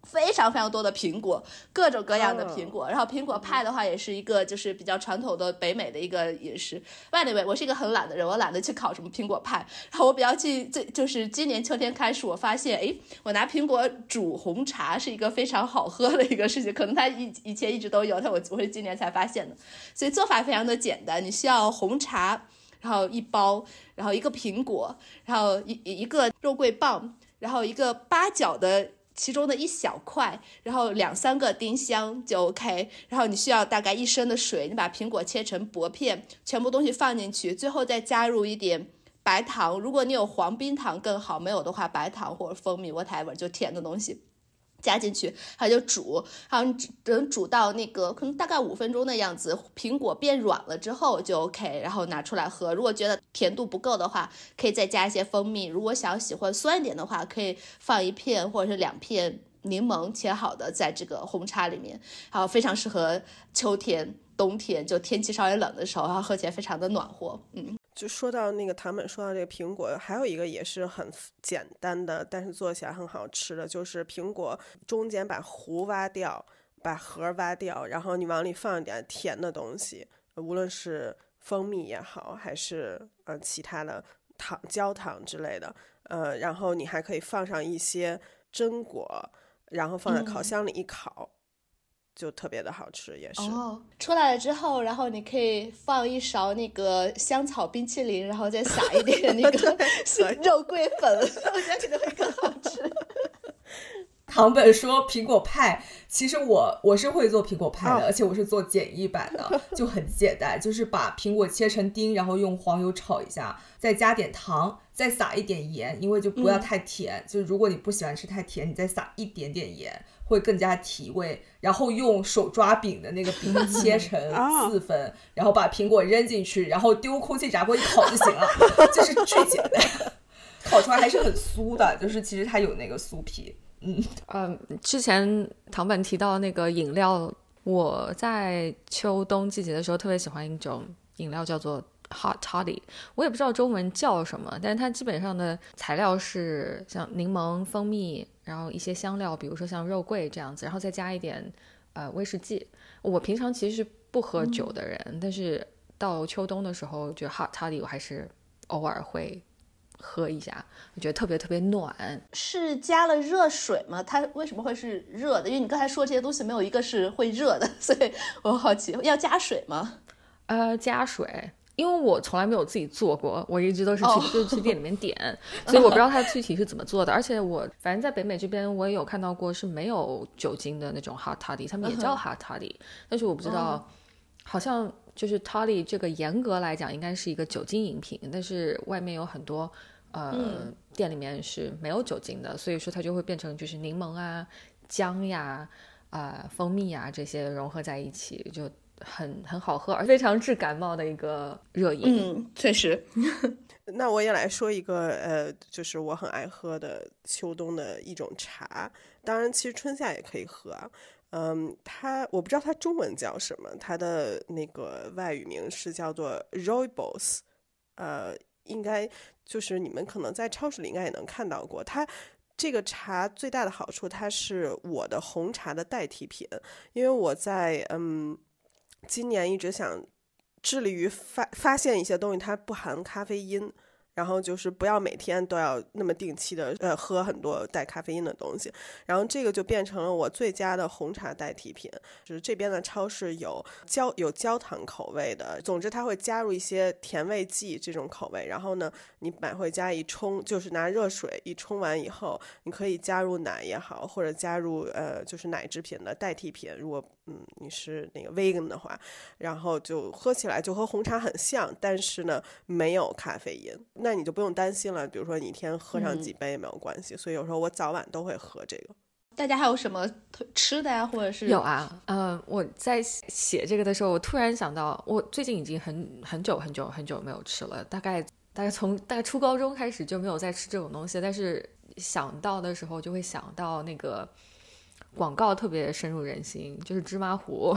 非常非常多的苹果，各种各样的苹果。然后苹果派的话也是一个就是比较传统的北美的一个饮食。anyway， 我是一个很懒的人，我懒得去烤什么苹果派。然后我比较就是今年秋天开始，我发现我拿苹果煮红茶是一个非常好喝的一个事情，可能它以前一直都有，但我是今年才发现的。所以做法非常的简单，你需要红茶，然后1包，然后1个苹果，然后一个肉桂棒，然后一个八角的其中的一小块，然后2-3个丁香就 OK。 然后你需要大概1升的水，你把苹果切成薄片，全部东西放进去，最后再加入一点白糖，如果你有黄冰糖更好，没有的话白糖或者蜂蜜 whatever 就甜的东西加进去，它就煮，然后等煮到那个可能大概5分钟的样子，苹果变软了之后就 OK， 然后拿出来喝。如果觉得甜度不够的话，可以再加一些蜂蜜，如果想喜欢酸一点的话，可以放1片或者是2片柠檬切好的在这个红茶里面，然后非常适合秋天冬天就天气稍微冷的时候，然后喝起来非常的暖和。 就说到那个唐本说到这个苹果，还有一个也是很简单的，但是做起来很好吃的，就是苹果中间把核挖掉，把核挖掉，然后你往里放一点甜的东西，无论是蜂蜜也好，还是其他的焦糖之类的，然后你还可以放上一些榛果，然后放在烤箱里一烤。就特别的好吃，也是出来了之后，然后你可以放1勺那个香草冰淇淋，然后再撒一点那个肉桂粉，我觉得可能会更好吃。 唐本说苹果派，其实我是会做苹果派的，而且我是做简易版的，就很简单，就是把苹果切成丁，然后用黄油炒一下，再加点糖，再撒一点盐，因为就不要太甜，就是如果你不喜欢吃太甜，你再撒一点点盐会更加提味，然后用手抓饼的那个饼切成4份然后把苹果扔进去，然后丢空气炸锅一烤就行了，就是最简单，烤出来还是很酥的，就是其实它有那个酥皮。 之前唐本提到那个饮料，我在秋冬季节的时候特别喜欢一种饮料叫做 hot toddy， 我也不知道中文叫什么，但是它基本上的材料是像柠檬、蜂蜜，然后一些香料，比如说像肉桂这样子，然后再加一点威士忌。我平常其实是不喝酒的人，但是到秋冬的时候，就 hot toddy 我还是偶尔会喝一下，我觉得特别特别暖。 是加了热水吗？它为什么会是热的？因为你刚才说这些东西没有一个是会热的，所以我好奇要加水吗？ 加水，因为我从来没有自己做过，我一直都是去店里面点，所以我不知道它具体是怎么做的。而且我反正在北美这边我也有看到过是没有酒精的那种 hot toddy， 他们也叫 hot toddy， 但是我不知道，好像就是 toddy 这个严格来讲应该是一个酒精饮品，但是外面有很多店里面是没有酒精的，所以说它就会变成就是柠檬啊、姜呀、蜂蜜啊这些融合在一起，就很好喝，而非常治感冒的一个热饮。 确实。 那我也来说一个就是我很爱喝的秋冬的一种茶，当然其实春夏也可以喝啊。我不知道它中文叫什么，它的那个外语名是叫做 Rooibos， 应该就是你们可能在超市里应该也能看到过。它这个茶最大的好处，它是我的红茶的代替品，因为我在今年一直想致力于发现一些东西它不含咖啡因，然后就是不要每天都要那么定期的喝很多带咖啡因的东西，然后这个就变成了我最佳的红茶代替品。就是这边的超市有焦糖口味的，总之它会加入一些甜味剂这种口味，然后呢你买回家一冲，就是拿热水一冲完以后，你可以加入奶也好，或者加入就是奶制品的代替品，如果你是那个 vegan 的话，然后就喝起来就和红茶很像，但是呢没有咖啡因，那你就不用担心了，比如说你一天喝上几杯也没有关系，所以有时候我早晚都会喝这个。 大家还有什么吃的呀，或者是？ 有啊，我在写这个的时候，我突然想到，我最近已经很久没有吃了，大概从初高中开始就没有再吃这种东西，但是想到的时候就会想到那个广告特别深入人心，就是芝麻糊。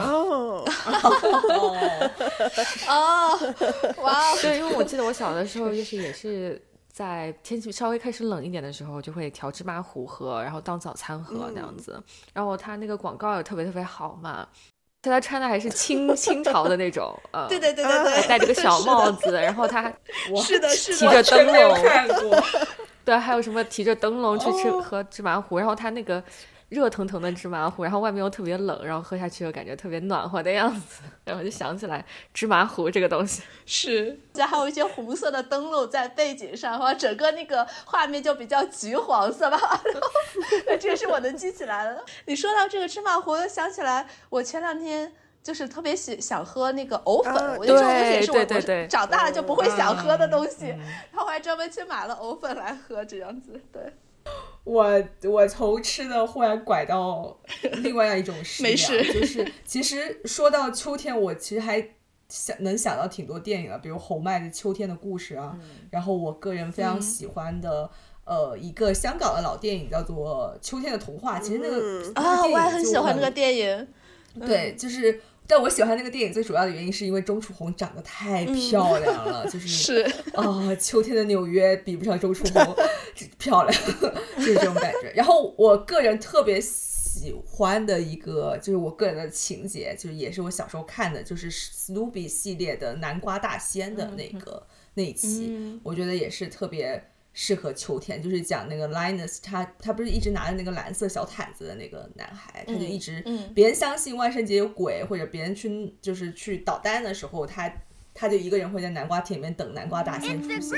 哇！ 对，因为我记得我小的时候就是也是在天气稍微开始冷一点的时候就会调芝麻糊喝，然后当早餐喝那样子。然后他那个广告也特别特别好嘛，他穿的还是清朝的那种对， 戴着个小帽子，然后他是的提着灯笼， 看过对，还有什么提着灯笼去喝芝麻糊，然后他那个热腾腾的芝麻糊，然后外面又特别冷，然后喝下去又感觉特别暖和的样子，然后就想起来芝麻糊这个东西。 是，还有一些红色的灯笼在背景上，然后整个那个画面就比较橘黄色吧。这个是我能记起来的。你说到这个芝麻糊，我想起来我前2天就是特别想喝那个藕粉，我觉得这种东西也是我长大了就不会想喝的东西，然后我还专门去买了藕粉来喝，这样子。对， 我从吃的忽然拐到另外一种食没事， 就是其实说到秋天，我其实还能想到挺多电影的，比如侯麦的《秋天的故事》啊，然后我个人非常喜欢的。一个香港的老电影叫做《秋天的童话》，其实那个我还很喜欢那个电影。 对，就是但我喜欢那个电影最主要的原因是因为钟楚红长得太漂亮了，就是秋天的纽约比不上钟楚红漂亮，就是这种感觉。然后我个人特别喜欢的一个就是我个人的情节，就是也是我小时候看的，就是史努比系列的南瓜大仙的那一期，我觉得也是特别适合秋天，就是讲那个 Linus 他不是一直拿着那个蓝色小毯子的那个男孩，他就一直别人相信万圣节有鬼，或者别人去捣蛋的时候，他就一个人会在南瓜田里面等南瓜大仙出现。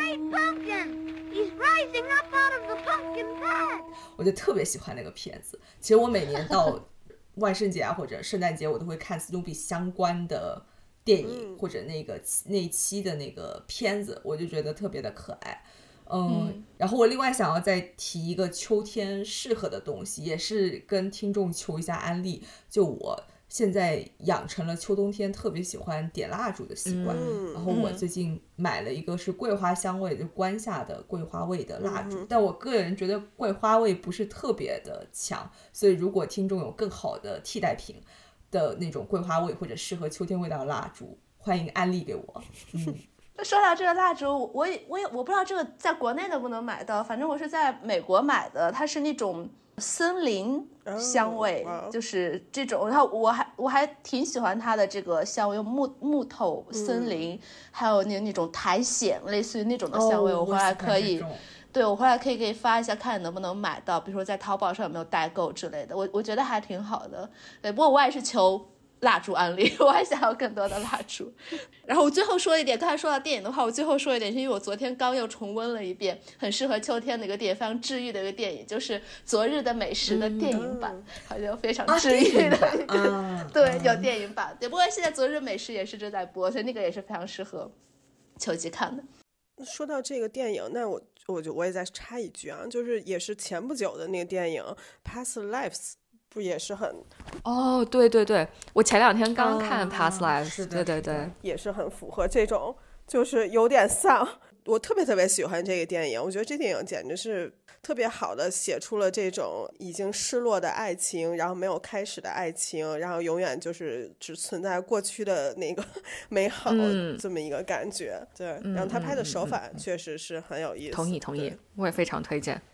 我就特别喜欢那个片子。其实我每年到万圣节啊或者圣诞节，我都会看斯努比相关的电影或者那一期的那个片子，我就觉得特别的可爱。然后我另外想要再提一个秋天适合的东西，也是跟听众求一下安利，就我现在养成了秋冬天特别喜欢点蜡烛的习惯，然后我最近买了一个是桂花香味，就关下的桂花味的蜡烛，但我个人觉得桂花味不是特别的强，所以如果听众有更好的替代品的那种桂花味或者适合秋天味道的蜡烛，欢迎安利给我。 说到这个蜡烛，我不知道这个在国内能不能买到，反正我是在美国买的，它是那种森林香味，就是这种。然后我还挺喜欢它的这个香味，木头森林，还有那种苔藓，类似于那种的香味。我回来可以，对，我回来可以给你发一下，看能不能买到，比如说在淘宝上有没有代购之类的。我觉得还挺好的。对，不过我也是求蜡烛案例，我还想要更多的蜡烛。然后我最后说一点，刚才说到电影的话，我最后说一点是因为我昨天刚又重温了一遍很适合秋天的一个电影，非常治愈的一个电影，就是《昨日的美食》的电影版，好像非常治愈的一个对，有电影版。对，不过现在《昨日美食》也是正在播，所以那个也是非常适合秋季看的。 说到这个电影，那我也再插一句啊，就是也是前不久的那个电影《Past Lives》。不也是很对，我前2天刚看 Past Lives，对， 也是很符合这种，就是有点丧。我特别喜欢这个电影，我觉得这电影简直是特别好的写出了这种已经失落的爱情，然后没有开始的爱情，然后永远就是只存在过去的那个美好这么一个感觉。对，然后他拍的手法确实是很有意思。 同意，我也非常推荐。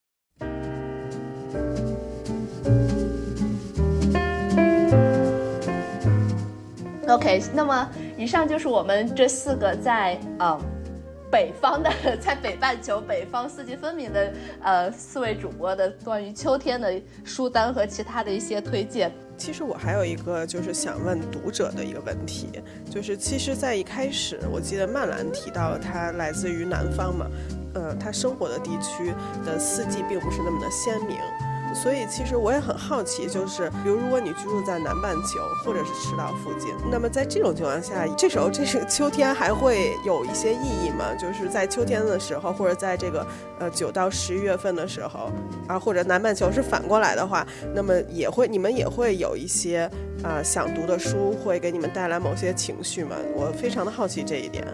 OK， 那么以上就是我们这4个在北方的，在北半球北方四季分明的4位主播的关于秋天的书单和其他的一些推荐。 其实我还有一个就是想问读者的一个问题，就是其实在一开始我记得曼兰提到了他来自于南方嘛，他生活的地区的四季并不是那么的鲜明，所以其实我也很好奇，就是比如如果你居住在南半球或者是赤道附近，那么在这种情况下，这时候这个秋天还会有一些意义吗？就是在秋天的时候，或者在这个9到11月份的时候啊，或者南半球是反过来的话，那么你们也会有一些想读的书会给你们带来某些情绪吗？我非常的好奇这一点。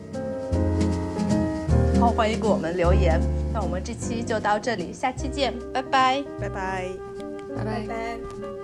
好，欢迎给我们留言。那我们这期就到这里，下期见，拜拜， 拜拜， 拜拜。